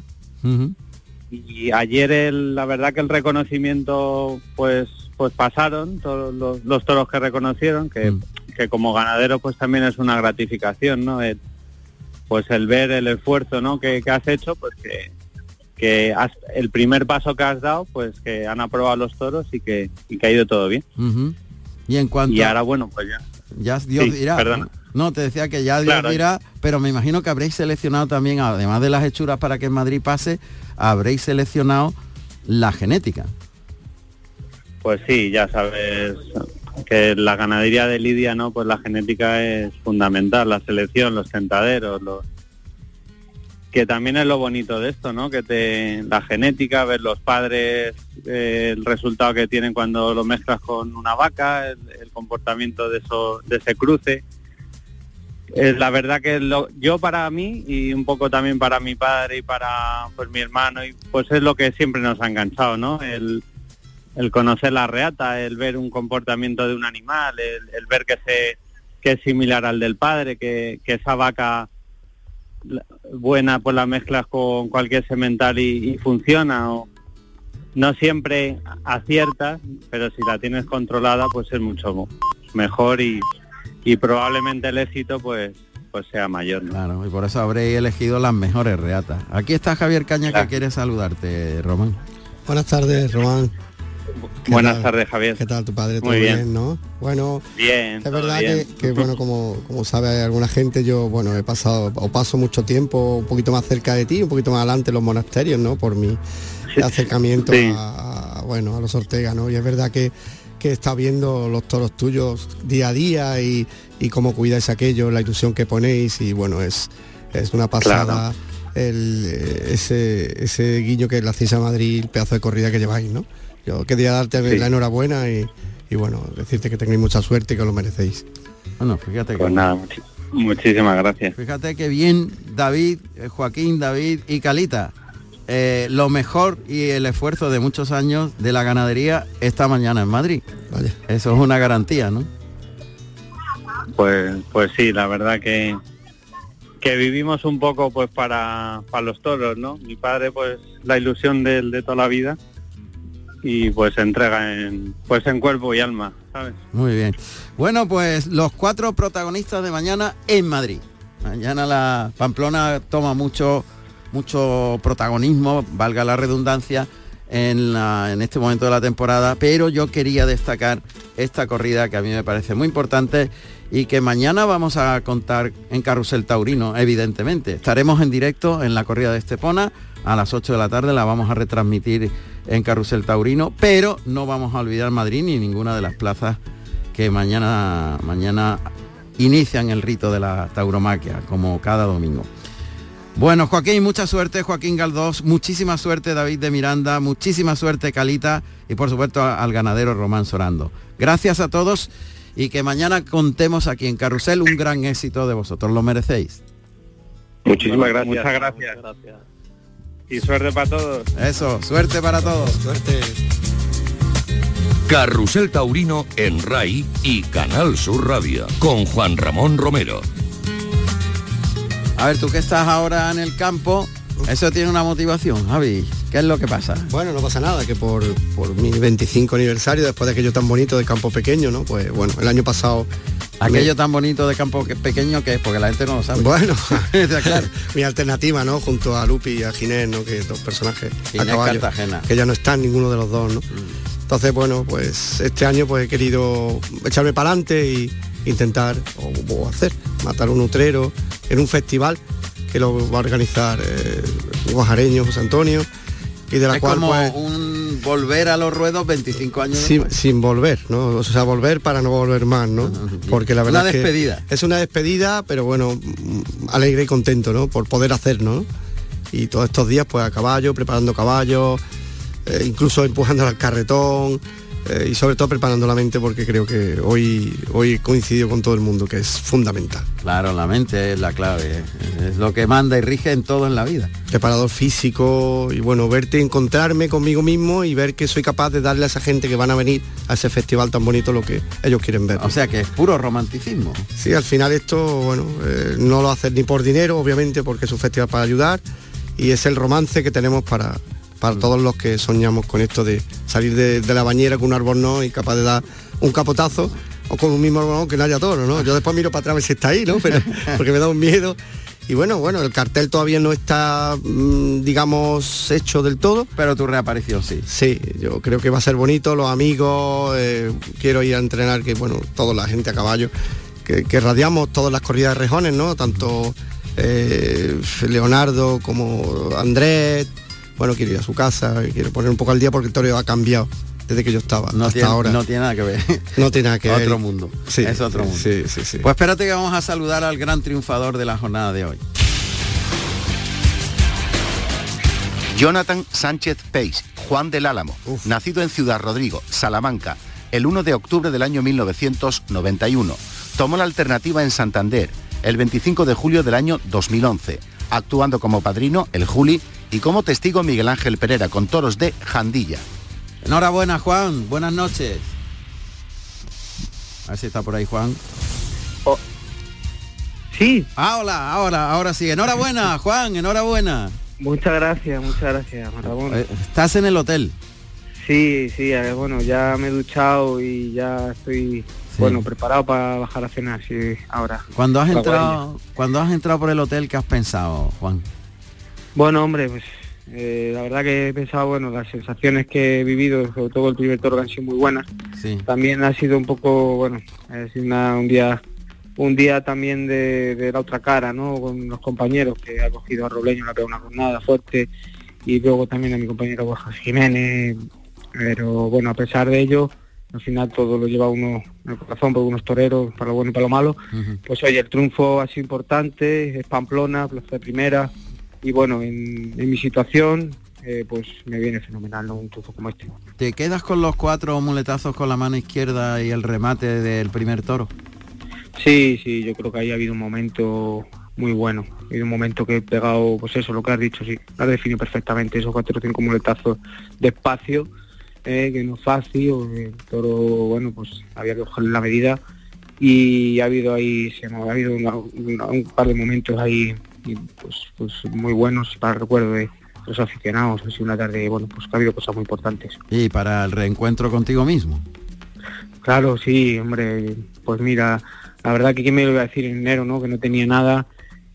Y ayer la verdad que el reconocimiento pues pasaron todos los toros que reconocieron, que como ganadero pues también es una gratificación, ¿no? Pues el ver el esfuerzo, ¿no? que has hecho, pues que el primer paso que has dado, pues que han aprobado los toros y que ha ido todo bien. Y en cuanto y ahora bueno, pues ya Dios dirá. Perdona. No, te decía que ya Dios dirá, pero me imagino que habréis seleccionado también, además de las hechuras para que en Madrid pase, habréis seleccionado la genética. Pues sí, ya sabes que la ganadería de Lidia, ¿no? Pues la genética es fundamental, la selección, los tentaderos, que también es lo bonito de esto, ¿no? La genética, ver los padres, el resultado que tienen cuando lo mezclas con una vaca, el comportamiento de ese cruce. La verdad que yo para mí y un poco también para mi padre y para pues mi hermano, y pues es lo que siempre nos ha enganchado, ¿no? el conocer la reata, el ver un comportamiento de un animal, el ver que es similar al del padre, que esa vaca buena pues la mezclas con cualquier semental y funciona, o no siempre aciertas, pero si la tienes controlada pues es mucho mejor y probablemente el éxito pues sea mayor, ¿no? Claro, y por eso habréis elegido las mejores reatas. Aquí está Javier Caña, que quiere saludarte, Román. Buenas tardes, Román. Buenas tardes, Javier. ¿Qué tal tu padre? ¿Todo muy bien, no? Bueno, bien. Es verdad que bueno, como sabe alguna gente, yo paso mucho tiempo un poquito más cerca de ti, un poquito más adelante en los monasterios, ¿no? Por mi acercamiento a los Ortega, ¿no? Y es verdad que está viendo los toros tuyos día a día y cómo cuidáis aquello, la ilusión que ponéis, y bueno, es una pasada. Claro. Ese guiño que le hacéis a Madrid, el pedazo de corrida que lleváis, ¿no? Yo quería darte la enhorabuena y bueno, decirte que tengáis mucha suerte y que lo merecéis. Bueno, fíjate que... Pues nada, muchísimas gracias. Fíjate que bien, David, Joaquín, David y Calita. Lo mejor y el esfuerzo de muchos años de la ganadería esta mañana en Madrid. Vale. Eso es una garantía, ¿no? Pues sí, la verdad que vivimos un poco pues para los toros, ¿no? Mi padre pues la ilusión de toda la vida y pues se entrega en cuerpo y alma, ¿sabes? Muy bien. Bueno, pues los 4 protagonistas de mañana en Madrid. Mañana la Pamplona toma mucho protagonismo, valga la redundancia, en este momento de la temporada, pero yo quería destacar esta corrida que a mí me parece muy importante y que mañana vamos a contar en Carrusel Taurino, evidentemente. Estaremos en directo en la corrida de Estepona a las 8 de la tarde, la vamos a retransmitir en Carrusel Taurino, pero no vamos a olvidar Madrid ni ninguna de las plazas que mañana inician el rito de la tauromaquia, como cada domingo. Bueno, Joaquín, mucha suerte, Joaquín Galdós, muchísima suerte, David de Miranda, muchísima suerte, Calita, y por supuesto al ganadero Román Sorando. Gracias a todos y que mañana contemos aquí en Carrusel un gran éxito de vosotros, lo merecéis. Muchísimas gracias. Muchas gracias. Y suerte para todos. Eso, suerte para todos. Suerte. Carrusel Taurino en RAI y Canal Sur Radio, con Juan Ramón Romero. A ver, tú que estás ahora en el campo, eso tiene una motivación, Javi. ¿Qué es lo que pasa? Bueno, no pasa nada, que por mi 25 aniversario, después de aquello tan bonito de campo pequeño, ¿no? Pues bueno, el año pasado... Aquello tan bonito de campo pequeño que es, porque la gente no lo sabe. Bueno, claro. Mi alternativa, ¿no? Junto a Lupi y a Ginés, ¿no? Que dos personajes Ginés a caballo, Cartagena, que ya no están ninguno de los dos, ¿no? Entonces, bueno, pues este año pues he querido echarme para adelante e intentar o matar un utrero en un festival que lo va a organizar Guajareño, José Antonio, y de la cual como pues, un volver a los ruedos 25 años sin volver, ¿no? O sea, volver para no volver más, ¿no? Porque la verdad una despedida. Es una despedida, pero bueno, alegre y contento, ¿no? Por poder hacerlo, ¿no? Y todos estos días pues a caballo, preparando caballos, incluso empujando al carretón, y sobre todo preparando la mente, porque creo que hoy coincido con todo el mundo, que es fundamental. Claro, la mente es la clave, es lo que manda y rige en todo en la vida. Preparador físico y bueno, encontrarme conmigo mismo y ver que soy capaz de darle a esa gente que van a venir a ese festival tan bonito lo que ellos quieren ver. O sea que es puro romanticismo. Sí, al final esto, bueno, no lo hacen ni por dinero, obviamente, porque es un festival para ayudar, y es el romance que tenemos para todos los que soñamos con esto de salir de la bañera con un albornoz y capaz de dar un capotazo, o con un mismo albornoz que no haya toro, ¿no? Yo después miro para atrás a ver si está ahí, ¿no? Pero porque me da un miedo. Y bueno, el cartel todavía no está, digamos, hecho del todo. Pero tu reaparición sí. Sí, yo creo que va a ser bonito, los amigos, quiero ir a entrenar, que bueno, toda la gente a caballo, que radiamos todas las corridas de rejones, ¿no? Tanto Leonardo como Andrés. Bueno, quiero ir a su casa, quiero poner un poco al día porque el toreo ha cambiado desde que yo estaba hasta ahora. No tiene nada que ver. No tiene nada que ver. Otro mundo. Sí, es otro mundo. Sí. Pues espérate que vamos a saludar al gran triunfador de la jornada de hoy. Jonathan Sánchez Peix, Juan del Álamo, nacido en Ciudad Rodrigo, Salamanca, el 1 de octubre del año 1991. Tomó la alternativa en Santander el 25 de julio del año 2011, actuando como padrino el Juli y como testigo Miguel Ángel Pereira con toros de Jandilla. Enhorabuena, Juan, buenas noches. A ver si está por ahí, Juan. Sí. Ahora sí. Enhorabuena, Juan, enhorabuena. Muchas gracias, Ramón. ¿Estás en el hotel? Sí, bueno, ya me he duchado y ya estoy, preparado para bajar a cenar, sí, ahora. Cuando has entrado por el hotel, ¿qué has pensado, Juan? Bueno, hombre, pues la verdad que he pensado, las sensaciones que he vivido, sobre todo el primer toro, que han sido muy buenas. Sí. También ha sido un poco, ha sido un día también de la otra cara, ¿no? Con los compañeros, que ha cogido a Robleño, le ha pegado una jornada fuerte, y luego también a mi compañero Borja Jiménez, pero a pesar de ello, al final todo lo lleva uno en el corazón, por unos toreros, para lo bueno y para lo malo. Pues oye, el triunfo ha sido importante, es Pamplona, plaza de primera, y en mi situación, pues me viene fenomenal, ¿no? Un triunfo como este. ¿Te quedas con los 4 muletazos con la mano izquierda y el remate del primer toro? Sí, yo creo que ahí ha habido un momento muy bueno. Ha habido un momento que he pegado, pues eso, lo que has dicho, sí, lo has definido perfectamente, esos 4 o 5 muletazos despacio, que no es fácil, el toro, pues había que cogerle la medida, y ha habido ahí, un par de momentos ahí, y pues muy buenos para el recuerdo de los aficionados. Ha sido una tarde, pues que ha habido cosas muy importantes. ¿Y para el reencuentro contigo mismo? Claro, sí, hombre, pues mira, la verdad que quién me lo iba a decir en enero, ¿no? Que no tenía nada,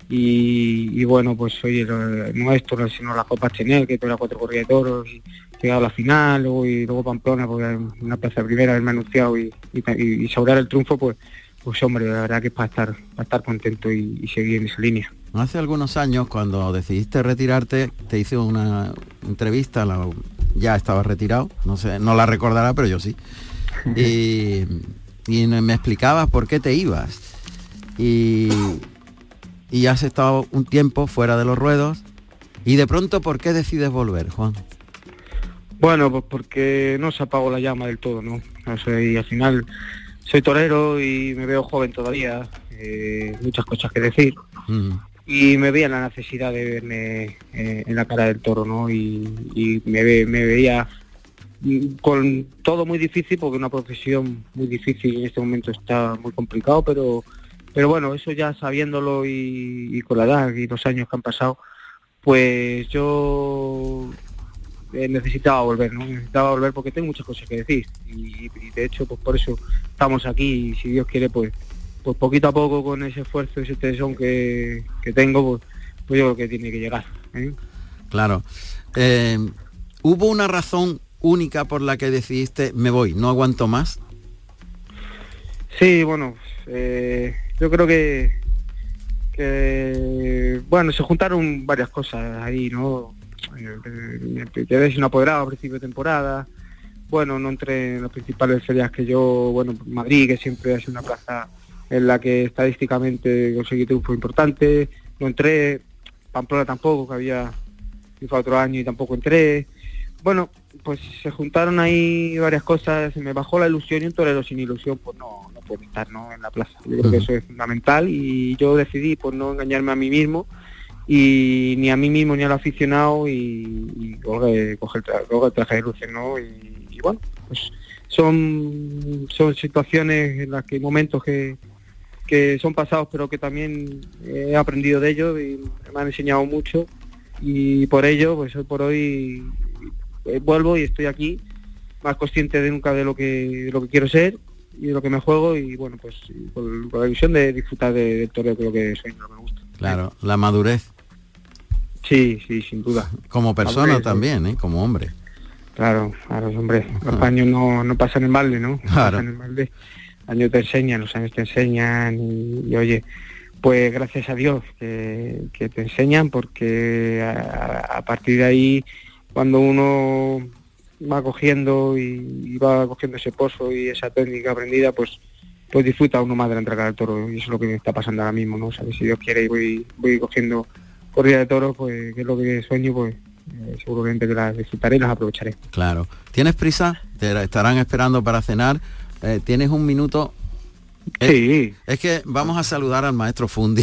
y pues oye, no esto, sino la Copa Chenel, que era 4 corridas de toros, y llegado a la final, luego Pamplona, porque una plaza primera haberme anunciado y asegurar el triunfo, pues hombre, la verdad que es para estar contento y seguir en esa línea. Hace algunos años, cuando decidiste retirarte, te hice una entrevista, ya estabas retirado, no sé, no la recordará, pero yo sí. Y me explicabas por qué te ibas. Y has estado un tiempo fuera de los ruedos, y de pronto, ¿por qué decides volver, Juan? Bueno, pues porque no se apagó la llama del todo, ¿no? Y al final soy torero y me veo joven todavía, muchas cosas que decir, y me veía la necesidad de verme en la cara del toro, ¿no? Y me veía con todo muy difícil, porque una profesión muy difícil en este momento está muy complicado, pero eso ya sabiéndolo y con la edad y los años que han pasado, pues yo necesitaba volver, ¿no? Necesitaba volver porque tengo muchas cosas que decir, y de hecho pues por eso estamos aquí, y si Dios quiere pues poquito a poco, con ese esfuerzo, ese tesón que tengo, pues yo creo que tiene que llegar, ¿eh? Claro. ¿Hubo una razón única por la que decidiste me voy, no aguanto más? Sí, yo creo que se juntaron varias cosas ahí, ¿no? Quedé sin apoderado a principio de temporada, no entré en las principales ferias que yo, Madrid, que siempre ha sido una plaza en la que estadísticamente conseguí triunfo importante, no entré, Pamplona tampoco, que había triunfado otro año y tampoco entré. Pues se juntaron ahí varias cosas, se me bajó la ilusión, y un torero sin ilusión pues no puede estar, ¿no?, en la plaza. Yo creo que eso es fundamental, y yo decidí pues no engañarme a mí mismo, y ni a mí mismo ni al aficionado, y coger el traje de luces, ¿no? Y pues son situaciones en las que hay momentos que son pasados, pero que también he aprendido de ellos y me han enseñado mucho, y por ello pues hoy por hoy vuelvo y estoy aquí más consciente de nunca de lo que quiero ser y de lo que me juego, y pues con la ilusión de disfrutar del toreo, que es lo que soy, lo que me gusta. Claro, la madurez. Sí, sin duda. Como persona madurez, también, ¿eh? Como hombre. Claro, hombre. Los años no pasan en balde, ¿no? Claro. Pasan en balde. Los años te enseñan, y oye, pues gracias a Dios que te enseñan, porque a partir de ahí, cuando uno va cogiendo y va cogiendo ese pozo y esa técnica aprendida, pues disfruta uno más de la entrega del toro, y eso es lo que me está pasando ahora mismo, ¿no? O sea, que si Dios quiere y voy cogiendo corrida de toros, pues que es lo que sueño, pues seguramente que las disfrutaré y las aprovecharé. Claro. ¿Tienes prisa? Te estarán esperando para cenar. ¿Tienes un minuto Sí. Es que vamos a saludar al maestro Fundi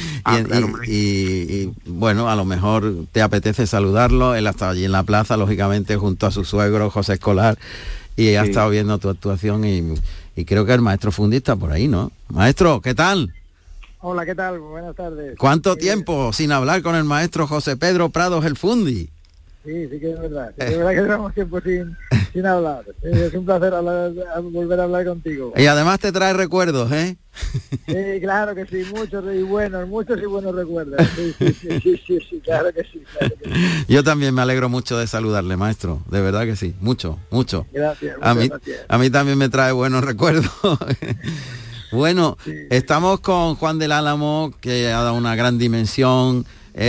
y bueno, a lo mejor te apetece saludarlo. Él ha estado allí en la plaza, lógicamente, junto a su suegro José Escolar, y ha estado viendo tu actuación y creo que el maestro Fundi está por ahí, ¿no? Maestro, ¿qué tal? Hola, ¿qué tal? Buenas tardes. ¿Cuánto tiempo sin hablar con el maestro José Pedro Prados el Fundi? Sí, sí que es verdad. Sí, es verdad que llevamos tiempo sin hablar. Es un placer volver a hablar contigo. Y además te trae recuerdos, ¿eh? Sí, claro que sí, muchos y buenos recuerdos. Sí, claro que sí. Yo también me alegro mucho de saludarle, maestro. De verdad que sí, mucho. Gracias. A mí también me trae buenos recuerdos. Bueno, estamos con Juan del Álamo, que ha dado una gran dimensión.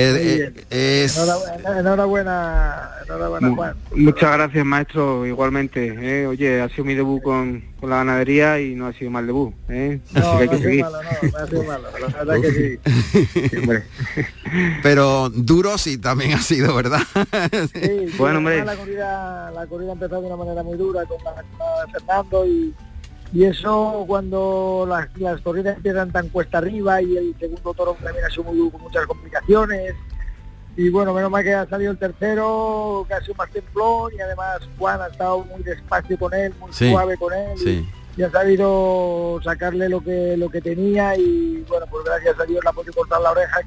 Enhorabuena, Juan. Muchas gracias, maestro, igualmente. Oye, ha sido mi debut con la ganadería y no ha sido mal debut. No ha sido malo, la verdad que sí. Hombre. Pero duro sí también ha sido, ¿verdad? Sí, bueno, hombre. La corrida empezó de una manera muy dura con Fernando y eso cuando las corridas empiezan tan cuesta arriba y el segundo toro también ha sido muy duro, con muchas complicaciones, y bueno, menos mal que ha salido el tercero, que ha sido más templón, y además Juan ha estado muy despacio con él, muy suave con él, y ha sabido sacarle lo que tenía, y bueno, pues gracias a Dios le ha podido cortar la oreja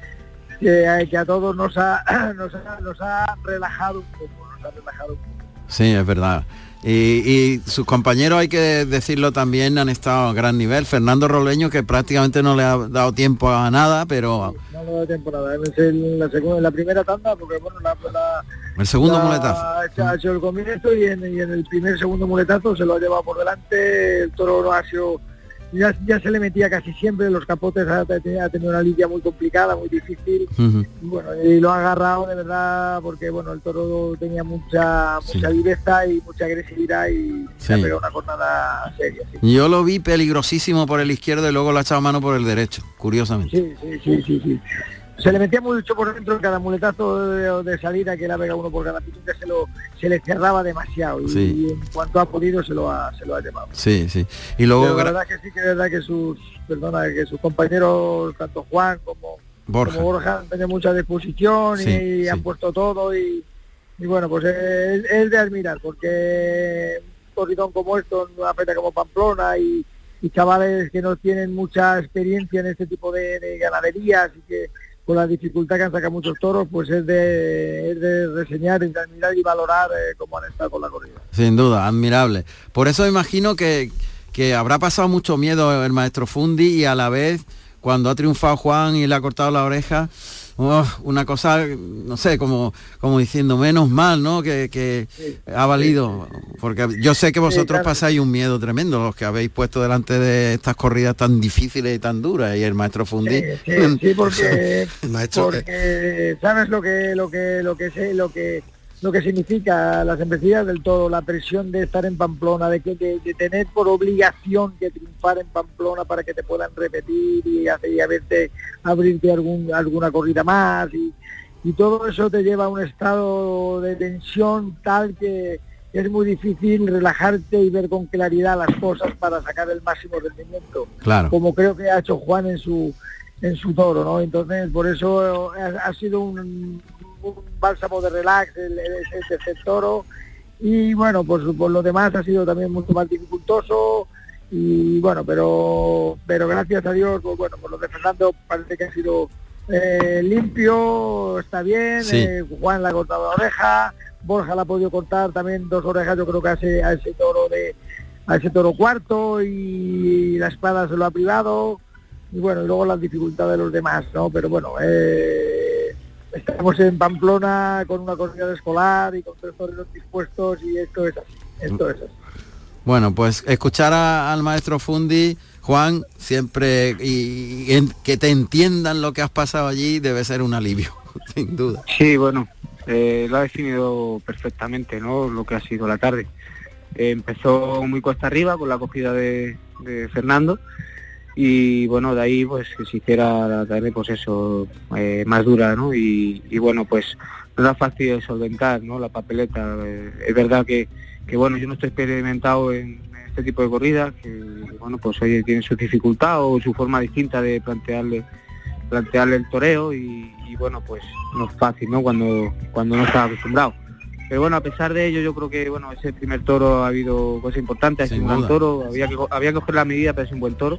que a todos nos ha relajado un poco, Sí, es verdad. Y sus compañeros, hay que decirlo también, han estado a gran nivel. Fernando Roleño, que prácticamente no le ha dado tiempo a nada, pero... Sí, no le ha dado tiempo a nada. En la primera tanda, porque bueno, el segundo muletazo. Ha hecho el comienzo y en el segundo muletazo se lo ha llevado por delante. El toro no ha sido... Ya se le metía casi siempre, los capotes ha tenido una lidia muy complicada, muy difícil, y bueno, y lo ha agarrado de verdad porque bueno, el toro tenía mucha viveza y mucha agresividad y se ha pegado una jornada seria. Sí. Yo lo vi peligrosísimo por el izquierdo y luego le ha echado mano por el derecho, curiosamente. Sí. Se le metía mucho por dentro, cada muletazo de salida que le ha pegado uno por cada piquete se le cerraba demasiado y en cuanto ha podido se lo ha llevado. Sí. Y luego la verdad que sí, que es verdad que sus compañeros, tanto Juan como Borja han tenido mucha disposición y han puesto todo y bueno, pues es de admirar, porque un corridón como esto, en una fecha como Pamplona y chavales que no tienen mucha experiencia en este tipo de ganaderías y que con la dificultad que han sacado muchos toros, pues es de reseñar, de admirar y valorar cómo han estado con la corrida. Sin duda, admirable. Por eso imagino que habrá pasado mucho miedo el maestro Fundi, y a la vez, cuando ha triunfado Juan y le ha cortado la oreja, una cosa, no sé, como diciendo, menos mal, ¿no? Que ha valido. Porque yo sé que vosotros pasáis un miedo tremendo, los que habéis puesto delante de estas corridas tan difíciles y tan duras, y el maestro Fundi. Sí, porque sabes lo que significa las embestidas del toro, la presión de estar en Pamplona, de tener por obligación que triunfar en Pamplona para que te puedan repetir y abrirte alguna corrida más, y todo eso te lleva a un estado de tensión tal que es muy difícil relajarte y ver con claridad las cosas para sacar el máximo rendimiento, como creo que ha hecho Juan en su toro, ¿no? Entonces por eso ha sido un bálsamo de relax el toro, y bueno, pues por lo demás ha sido también mucho más dificultoso, y bueno, pero gracias a Dios, pues bueno, por lo de Fernando parece que ha sido limpio, está bien, Juan le ha cortado la oreja, Borja le ha podido cortar también 2 orejas, yo creo que a ese toro cuarto, y la espada se lo ha privado, y bueno, y luego las dificultades de los demás, ¿no? Pero bueno, estamos en Pamplona con una corrida de escolar y con 3 toreros dispuestos, y esto es así. Bueno, pues escuchar al maestro Fundi, Juan, siempre, y que te entiendan lo que has pasado allí, debe ser un alivio, sin duda. Sí, bueno, lo ha definido perfectamente, ¿no? Lo que ha sido la tarde. Empezó muy cuesta arriba con la acogida de Fernando, y bueno, de ahí pues que se hiciera la tarde, pues eso, más dura, ¿no? Y bueno, pues no era fácil de solventar, ¿no? La papeleta. Es verdad que bueno, yo no estoy experimentado en este tipo de corridas, que bueno, pues oye, tiene su dificultad o su forma distinta de plantearle el toreo y bueno, pues no es fácil, ¿no? Cuando no estás acostumbrado. Pero bueno, a pesar de ello, yo creo que bueno, ese primer toro ha habido cosas importantes, ha sido un gran toro, había que coger la medida, pero es un buen toro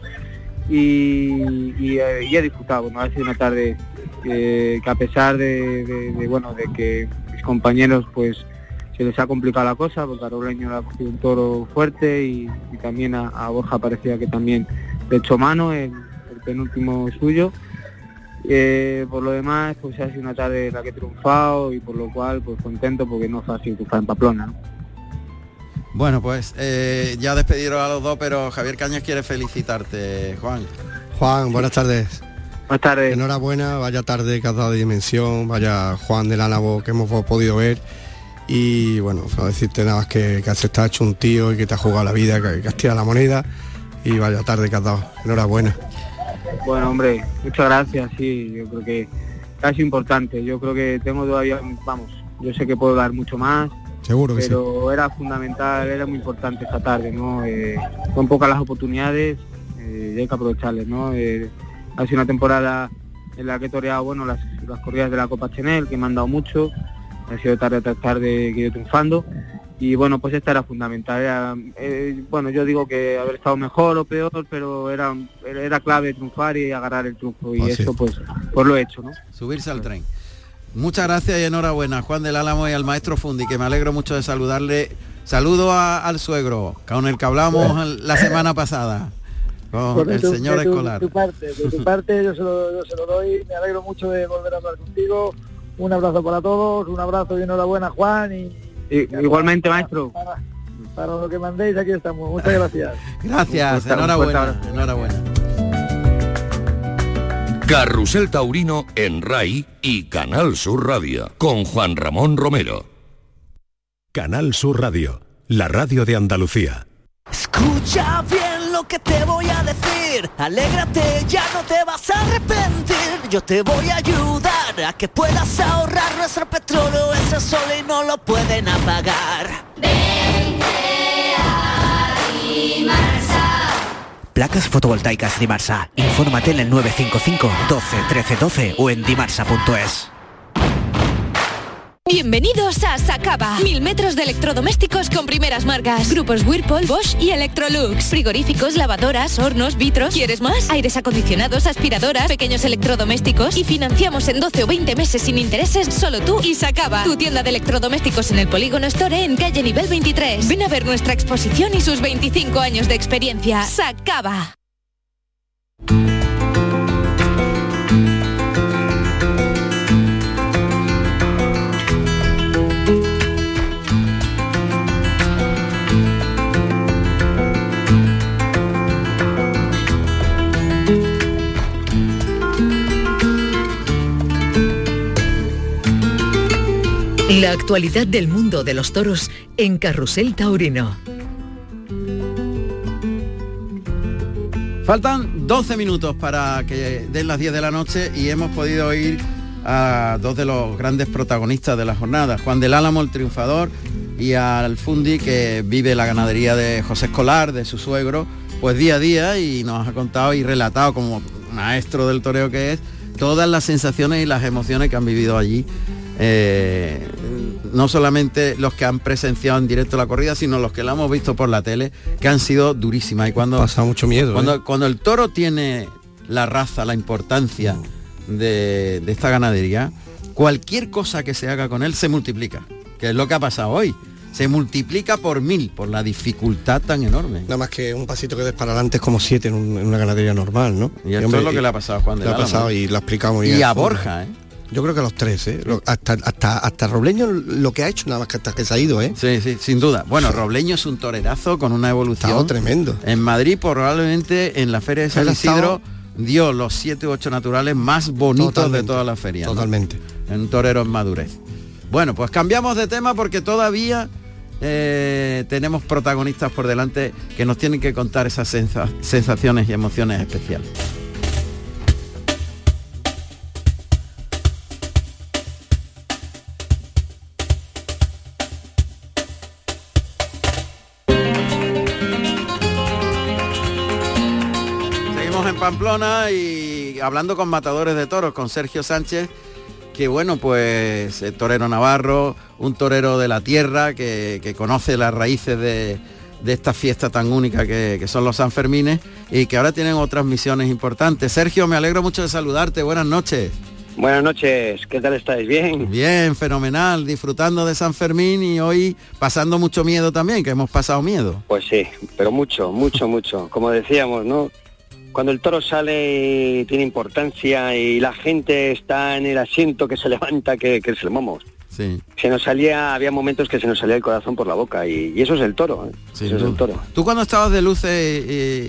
y he disfrutado, ¿no? Ha sido una tarde que a pesar de que mis compañeros pues se les ha complicado la cosa, porque a Robleño le ha cogido un toro fuerte y también a Borja parecía que también le echó mano el penúltimo suyo. Por lo demás, pues ha sido una tarde en la que he triunfado y por lo cual pues contento porque no es fácil triunfar en Pamplona, ¿no? Bueno, pues ya despediros a los dos, pero Javier Cañas quiere felicitarte, Juan. Juan, buenas tardes. Buenas tardes. Enhorabuena, vaya tarde que has dado de dimensión, vaya Juan del Álamo que hemos podido ver. Y bueno, no decirte nada más que has estado hecho un tío y que te has jugado la vida, que has tirado la moneda y vaya tarde que has dado. Enhorabuena. Bueno, hombre, muchas gracias, sí, yo creo que casi importante, yo creo que tengo todavía, vamos, yo sé que puedo dar mucho más, seguro que pero sí. Era fundamental, era muy importante esta tarde, ¿no? Son pocas las oportunidades y hay que aprovecharles, ¿no? Ha sido una temporada en la que he toreado, bueno, las corridas de la Copa Chenel, que me han dado mucho, ha sido tarde tras tarde que he ido triunfando. Y bueno, pues esta era fundamental. Bueno, yo digo que haber estado mejor o peor, pero era clave triunfar y agarrar el triunfo. Y eso pues lo he hecho, ¿no? Subirse al tren. Muchas gracias y enhorabuena, Juan del Álamo, y al maestro Fundi, que me alegro mucho de saludarle. Saludo al suegro, con el que hablamos la semana pasada, con el señor Escolar. De tu parte yo se lo doy. Me alegro mucho de volver a hablar contigo. Un abrazo para todos, un abrazo y enhorabuena, Juan. Igualmente, maestro. Para lo que mandéis, aquí estamos. Muchas gracias. Gracias, enhorabuena. Carrusel Taurino en RAI y Canal Sur Radio, con Juan Ramón Romero. Canal Sur Radio, la radio de Andalucía. Escucha bien lo que te voy a decir. Alégrate, ya no te vas a arrepentir. Yo te voy a ayudar a que puedas ahorrar. Nuestro petróleo es el sol y no lo pueden apagar. Vente a Dimarsa. Placas fotovoltaicas Dimarsa. Infórmate en el 955 12 13 12 o en dimarsa.es. Bienvenidos a Sacaba. 1000 metros de electrodomésticos con primeras marcas. Grupos Whirlpool, Bosch y Electrolux. Frigoríficos, lavadoras, hornos, vitros. ¿Quieres más? Aires acondicionados, aspiradoras, pequeños electrodomésticos. Y financiamos en 12 o 20 meses sin intereses. Solo tú y Sacaba. Tu tienda de electrodomésticos en el Polígono Store en calle nivel 23. Ven a ver nuestra exposición y sus 25 años de experiencia. Sacaba. La actualidad del mundo de los toros en Carrusel Taurino. Faltan 12 minutos para que den las 10 de la noche y hemos podido oír a dos de los grandes protagonistas de la jornada, Juan del Álamo, el triunfador, y al Fundi, que vive la ganadería de José Escolar, de su suegro, pues día a día, y nos ha contado y relatado, como maestro del toreo que es, todas las sensaciones y las emociones que han vivido allí. No solamente los que han presenciado en directo la corrida, sino los que la hemos visto por la tele, que han sido durísimas. Y cuando pasa mucho miedo, cuando el toro tiene la raza, la importancia de esta ganadería, cualquier cosa que se haga con él se multiplica, que es lo que ha pasado hoy. Se multiplica por 1000 por la dificultad tan enorme. Nada más que un pasito que des para adelante es como 7 en una ganadería normal, ¿no? Y esto es lo que le ha pasado a Juan del Álamo. Le ha pasado y lo ha explicado muy bien. Y a Borja, Yo creo que a los tres, hasta Robleño lo que ha hecho, nada más que hasta que se ha ido, Sí, sin duda. Bueno, Robleño es un torerazo con una evolución. Estado tremendo. En Madrid, probablemente en la Feria de San Isidro, dio los 7 u 8 naturales más bonitos de toda la feria. Totalmente. ¿No? Un torero en madurez. Bueno, pues cambiamos de tema porque todavía tenemos protagonistas por delante que nos tienen que contar esas sensaciones y emociones especiales. Pamplona y hablando con matadores de toros, con Sergio Sánchez, que bueno, pues el torero navarro, un torero de la tierra que conoce las raíces de esta fiesta tan única que son los Sanfermines y que ahora tienen otras misiones importantes. Sergio, me alegro mucho de saludarte, buenas noches. Buenas noches, ¿qué tal estáis? ¿Bien? Bien, fenomenal, disfrutando de San Fermín y hoy pasando mucho miedo también, que hemos pasado miedo. Pues sí, pero mucho. Como decíamos, ¿no? Cuando el toro sale y tiene importancia y la gente está en el asiento que se levanta, que se le vamos. Sí. Había momentos que se nos salía el corazón por la boca y eso es el toro, ¿eh? Sin eso duda. es el toro. Tú cuando estabas de luces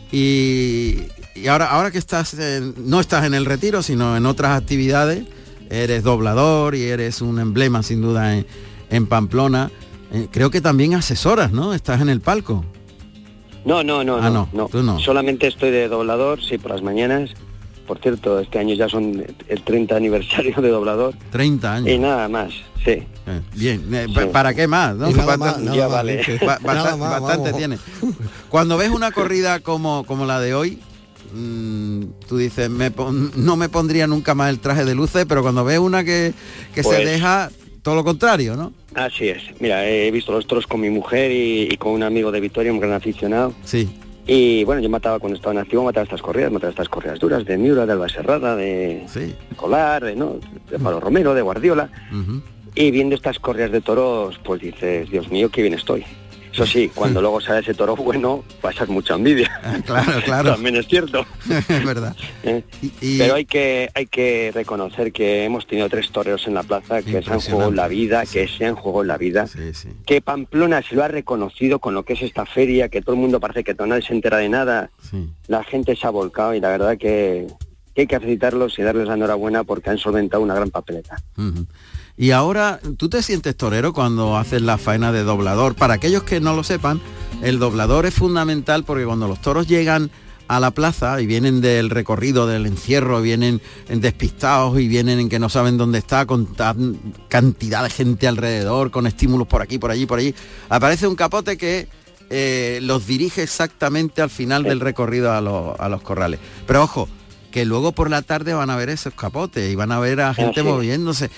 y ahora que no estás en el retiro, sino en otras actividades, eres doblador y eres un emblema sin duda en Pamplona, creo que también asesoras, ¿no? Estás en el palco. No. Tú no. Solamente estoy de doblador, sí, por las mañanas. Por cierto, este año ya son el 30 aniversario de doblador. 30 años. Y nada más, sí. Bien, ¿para qué más? ¿No? Ya vale. Bastante tiene. Cuando ves una corrida como la de hoy, tú dices, no me pondría nunca más el traje de luces, pero cuando ves una que Pues, se deja, todo lo contrario, ¿no? Así es. Mira, he visto los toros con mi mujer y con un amigo de Vitoria, un gran aficionado. Sí. Y bueno, yo cuando estaba en activo, mataba estas corridas duras, de Miura, de Alba Serrada, de Colar, de Pablo Romero, de Guardiola. Uh-huh. Y viendo estas corridas de toros, pues dices, Dios mío, qué bien estoy. Eso sí, cuando luego sale ese toro bueno, pasas mucha envidia. Claro. También es cierto. Es verdad. Pero hay que reconocer que hemos tenido 3 toreros en la plaza que se han jugado la vida, que Pamplona se lo ha reconocido con lo que es esta feria, que todo el mundo parece que nadie se entera de nada. Sí. La gente se ha volcado y la verdad que hay que felicitarlos y darles la enhorabuena porque han solventado una gran papeleta. Uh-huh. Y ahora, ¿tú te sientes torero cuando haces la faena de doblador? Para aquellos que no lo sepan, el doblador es fundamental porque cuando los toros llegan a la plaza y vienen del recorrido del encierro, vienen despistados y vienen en que no saben dónde está, con cantidad de gente alrededor, con estímulos por aquí, por allí, por allí, aparece un capote que los dirige exactamente al final del recorrido a los corrales. Pero ojo, que luego por la tarde van a ver esos capotes y van a ver a gente moviéndose.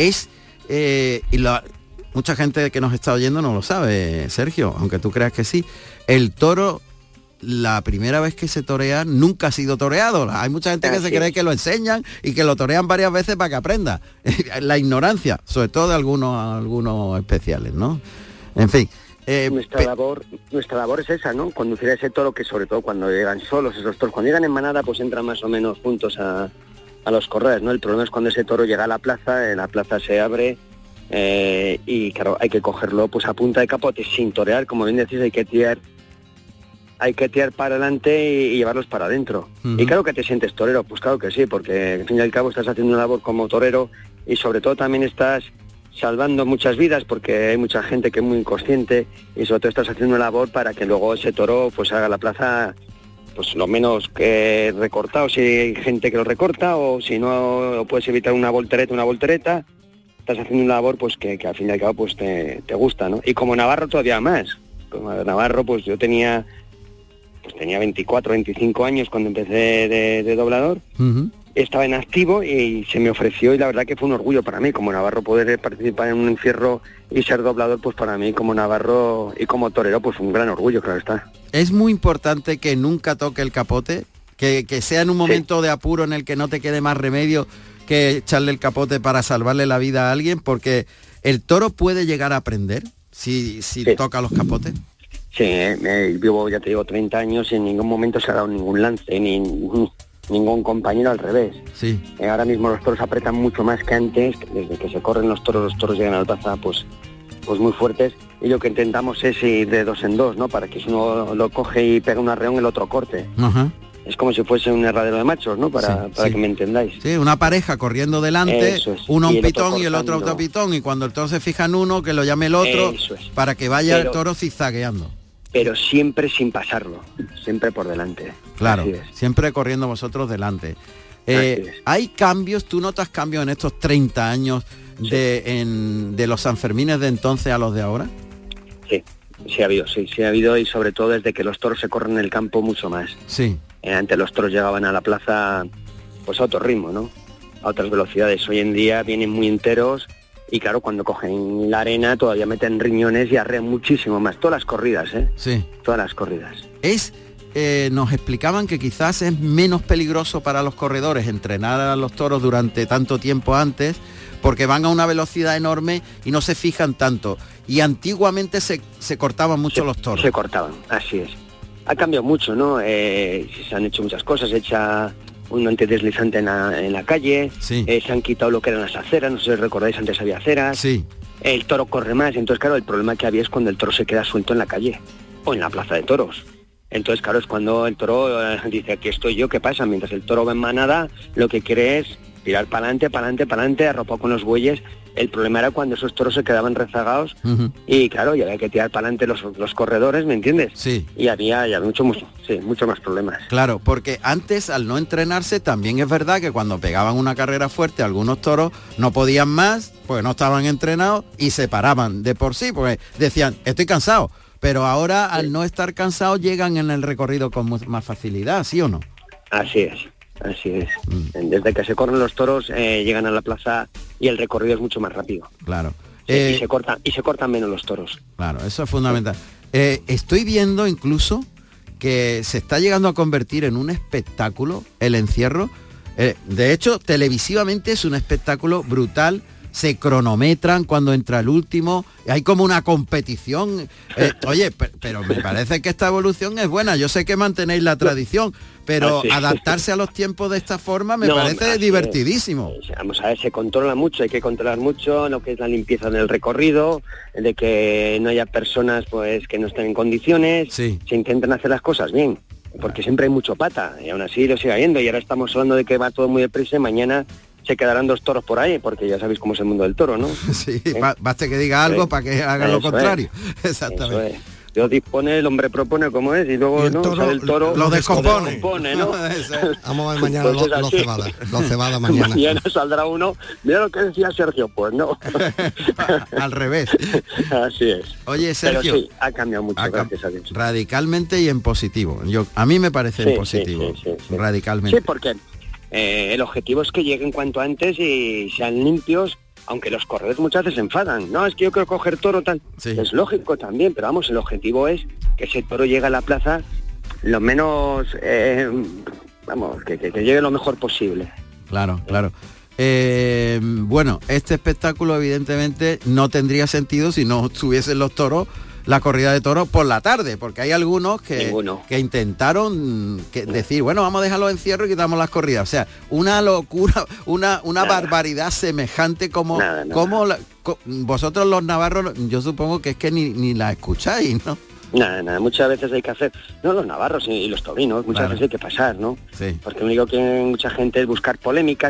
Mucha gente que nos está oyendo no lo sabe, Sergio, aunque tú creas que sí. El toro, la primera vez que se torea, nunca ha sido toreado. Hay mucha gente que se cree que lo enseñan y que lo torean varias veces para que aprenda. La ignorancia, sobre todo de algunos especiales, ¿no? En fin. Nuestra labor es esa, ¿no? Conducir a ese toro, que sobre todo cuando llegan solos esos toros, cuando llegan en manada, pues entran más o menos juntos a los corrales, ¿no? El problema es cuando ese toro llega a la plaza se abre y claro, hay que cogerlo pues a punta de capote sin torear, como bien decís, hay que tirar para adelante y llevarlos para adentro. Uh-huh. Y claro que te sientes torero, pues claro que sí, porque al fin y al cabo estás haciendo una labor como torero y sobre todo también estás salvando muchas vidas porque hay mucha gente que es muy inconsciente y sobre todo estás haciendo una labor para que luego ese toro pues haga la plaza pues lo menos que recortado si hay gente que lo recorta, o si no puedes evitar una voltereta, estás haciendo una labor pues que al fin y al cabo pues te gusta, ¿no? Y como navarro todavía más. Como navarro pues yo tenía 24, 25 años cuando empecé de doblador. Uh-huh. Estaba en activo y se me ofreció y la verdad que fue un orgullo para mí como navarro poder participar en un encierro y ser doblador, pues para mí como navarro y como torero pues un gran orgullo, claro está. Es muy importante que nunca toque el capote, que sea en un momento de apuro en el que no te quede más remedio que echarle el capote para salvarle la vida a alguien, porque el toro puede llegar a aprender si toca los capotes. Sí, vivo, ya te digo, 30 años y en ningún momento se ha dado ningún lance, ningún compañero, al revés. Sí. Ahora mismo los toros apretan mucho más que antes, desde que se corren los toros llegan a la plaza pues muy fuertes, y lo que intentamos es ir de 2 en 2, ¿no? Para que si uno lo coge y pega un arreón, el otro corte. Uh-huh. Es como si fuese un herradero de machos, ¿no? Para que me entendáis. Sí, una pareja corriendo delante, uno un pitón y el otro pitón, y cuando el toro se fija en uno, que lo llame el otro, para que vaya el toro zigzagueando. Pero siempre sin pasarlo, siempre por delante. Claro, siempre corriendo vosotros delante. ¿Hay cambios? ¿Tú notas cambios en estos 30 años de los Sanfermines de entonces a los de ahora? Sí ha habido, y sobre todo desde que los toros se corren en el campo mucho más. Sí. antes los toros llegaban a la plaza pues a otro ritmo, ¿no? A otras velocidades. Hoy en día vienen muy enteros y claro, cuando cogen la arena todavía meten riñones y arrean muchísimo más. Todas las corridas, Sí. Todas las corridas. Nos explicaban que quizás es menos peligroso para los corredores entrenar a los toros durante tanto tiempo antes, porque van a una velocidad enorme y no se fijan tanto. Y antiguamente se cortaban mucho los toros. Se cortaban, así es. Ha cambiado mucho, ¿no? Se han hecho muchas cosas, se echa un antideslizante en la calle, se han quitado lo que eran las aceras, no sé si recordáis, antes había aceras. El toro corre más, entonces claro, el problema que había es cuando el toro se queda suelto en la calle o en la plaza de toros. Entonces, claro, es cuando el toro dice, aquí estoy yo, ¿qué pasa? Mientras el toro va en manada, lo que quiere es tirar para adelante, arropado con los bueyes. El problema era cuando esos toros se quedaban rezagados y, claro, y había que tirar para adelante los corredores, ¿me entiendes? Sí. Y había mucho más problemas. Claro, porque antes, al no entrenarse, también es verdad que cuando pegaban una carrera fuerte, algunos toros no podían más, porque no estaban entrenados y se paraban de por sí, porque decían, estoy cansado. Pero ahora, al no estar cansados, llegan en el recorrido con más facilidad, ¿sí o no? Así es. Desde que se corren los toros, llegan a la plaza y el recorrido es mucho más rápido. Claro. Y se cortan menos los toros. Claro, eso es fundamental. Estoy viendo incluso que se está llegando a convertir en un espectáculo el encierro. De hecho, televisivamente es un espectáculo brutal. Se cronometran cuando entra el último, hay como una competición. Oye, pero me parece que esta evolución es buena. Yo sé que mantenéis la tradición, pero adaptarse a los tiempos de esta forma me parece divertidísimo. Vamos a ver, se controla mucho, hay que controlar mucho lo que es la limpieza del recorrido, de que no haya personas pues que no estén en condiciones, se intentan hacer las cosas bien, porque siempre hay mucho pata, y aún así lo sigue habiendo, y ahora estamos hablando de que va todo muy deprisa y mañana se quedarán 2 toros por ahí, porque ya sabéis cómo es el mundo del toro, ¿no? Sí, basta que diga algo para que haga lo contrario. Exactamente. Dios dispone, el hombre propone como es, y luego el toro lo descompone, ¿no? Vamos a ver mañana pues los cebadas mañana. Mañana saldrá uno, mira lo que decía Sergio, pues no. Al revés. Así es. Oye, Sergio. Pero sí, ha cambiado mucho, gracias a Dios. Radicalmente y en positivo. A mí me parece en positivo, radicalmente. Sí, porque el objetivo es que lleguen cuanto antes y sean limpios, aunque los corredores muchas veces se enfadan. No, es que yo quiero coger toro tal. Es lógico también, pero vamos, el objetivo es que ese toro llegue a la plaza lo menos, que llegue lo mejor posible. Claro. Bueno, este espectáculo evidentemente no tendría sentido si no estuviesen los toros, la corrida de toros por la tarde, porque hay algunos que intentaron decir, bueno, vamos a dejarlo en cierre y quitamos las corridas. O sea, una locura, una barbaridad semejante como vosotros los navarros, yo supongo que es que ni la escucháis, ¿no? Nada, muchas veces hay que hacer, no los navarros y los taurinos, muchas veces hay que pasar, ¿no? Sí. Porque lo único que mucha gente es buscar polémicas,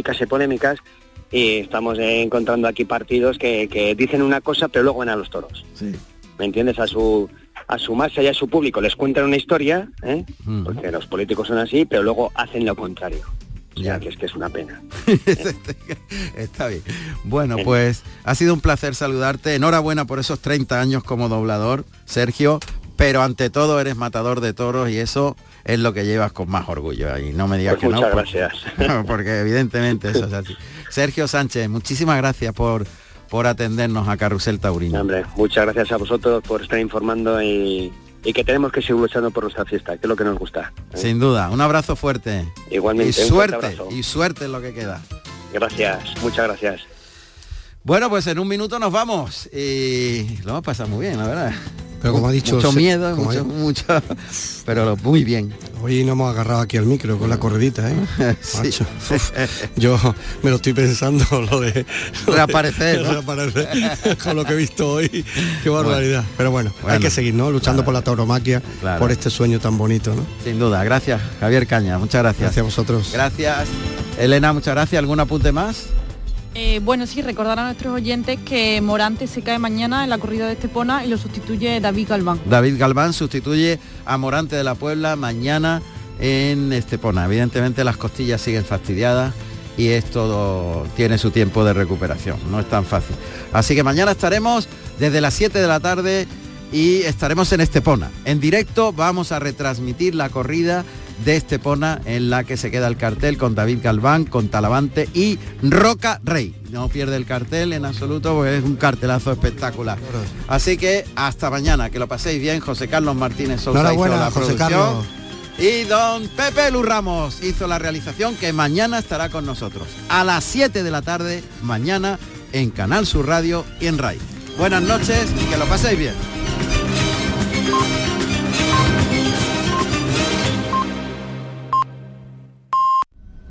y estamos encontrando aquí partidos que dicen una cosa pero luego van a los toros. Sí. ¿Me entiendes? A su masa y a su público les cuentan una historia, porque los políticos son así, pero luego hacen lo contrario. O sea, que es una pena. Está bien. Bueno, pues ha sido un placer saludarte. Enhorabuena por esos 30 años como doblador, Sergio, pero ante todo eres matador de toros y eso es lo que llevas con más orgullo. Y no me digas pues que muchas no. Gracias. Porque evidentemente eso es así. Sergio Sánchez, muchísimas gracias por atendernos a Carrusel Taurino. Hombre, muchas gracias a vosotros por estar informando y que tenemos que seguir luchando por nuestra fiesta, que es lo que nos gusta. Sin duda, un abrazo fuerte. Igualmente, y suerte en lo que queda. Gracias, muchas gracias. Bueno, pues en un minuto nos vamos y lo hemos pasado muy bien, la verdad. Pero como ha dicho... Mucho miedo, mucho, pero muy bien. Hoy nos hemos agarrado aquí al micro con la corredita, ¿eh? Sí. Yo me lo estoy pensando, lo de reaparecer, ¿no? Reaparecer con lo que he visto hoy. Qué barbaridad. Pero bueno, hay que seguir, ¿no? Luchando por la tauromaquia, por este sueño tan bonito, ¿no? Sin duda. Gracias, Javier Caña. Muchas gracias. Gracias a vosotros. Gracias. Elena, muchas gracias. ¿Algún apunte más? Bueno, sí, recordar a nuestros oyentes que Morante se cae mañana en la corrida de Estepona y lo sustituye David Galván. David Galván sustituye a Morante de la Puebla mañana en Estepona. Evidentemente las costillas siguen fastidiadas y esto tiene su tiempo de recuperación, no es tan fácil. Así que mañana estaremos desde las 7 de la tarde y estaremos en Estepona. En directo vamos a retransmitir la corrida de Estepona, en la que se queda el cartel con David Galván, con Talavante y Roca Rey. No pierde el cartel en absoluto, porque es un cartelazo espectacular. Así que hasta mañana, que lo paséis bien. José Carlos Martínez Sousa hizo la José producción. Carlos. Y don Pepe Lu Ramos hizo la realización, que mañana estará con nosotros a las 7 de la tarde, mañana en Canal Sur Radio y en RAI. Buenas noches y que lo paséis bien.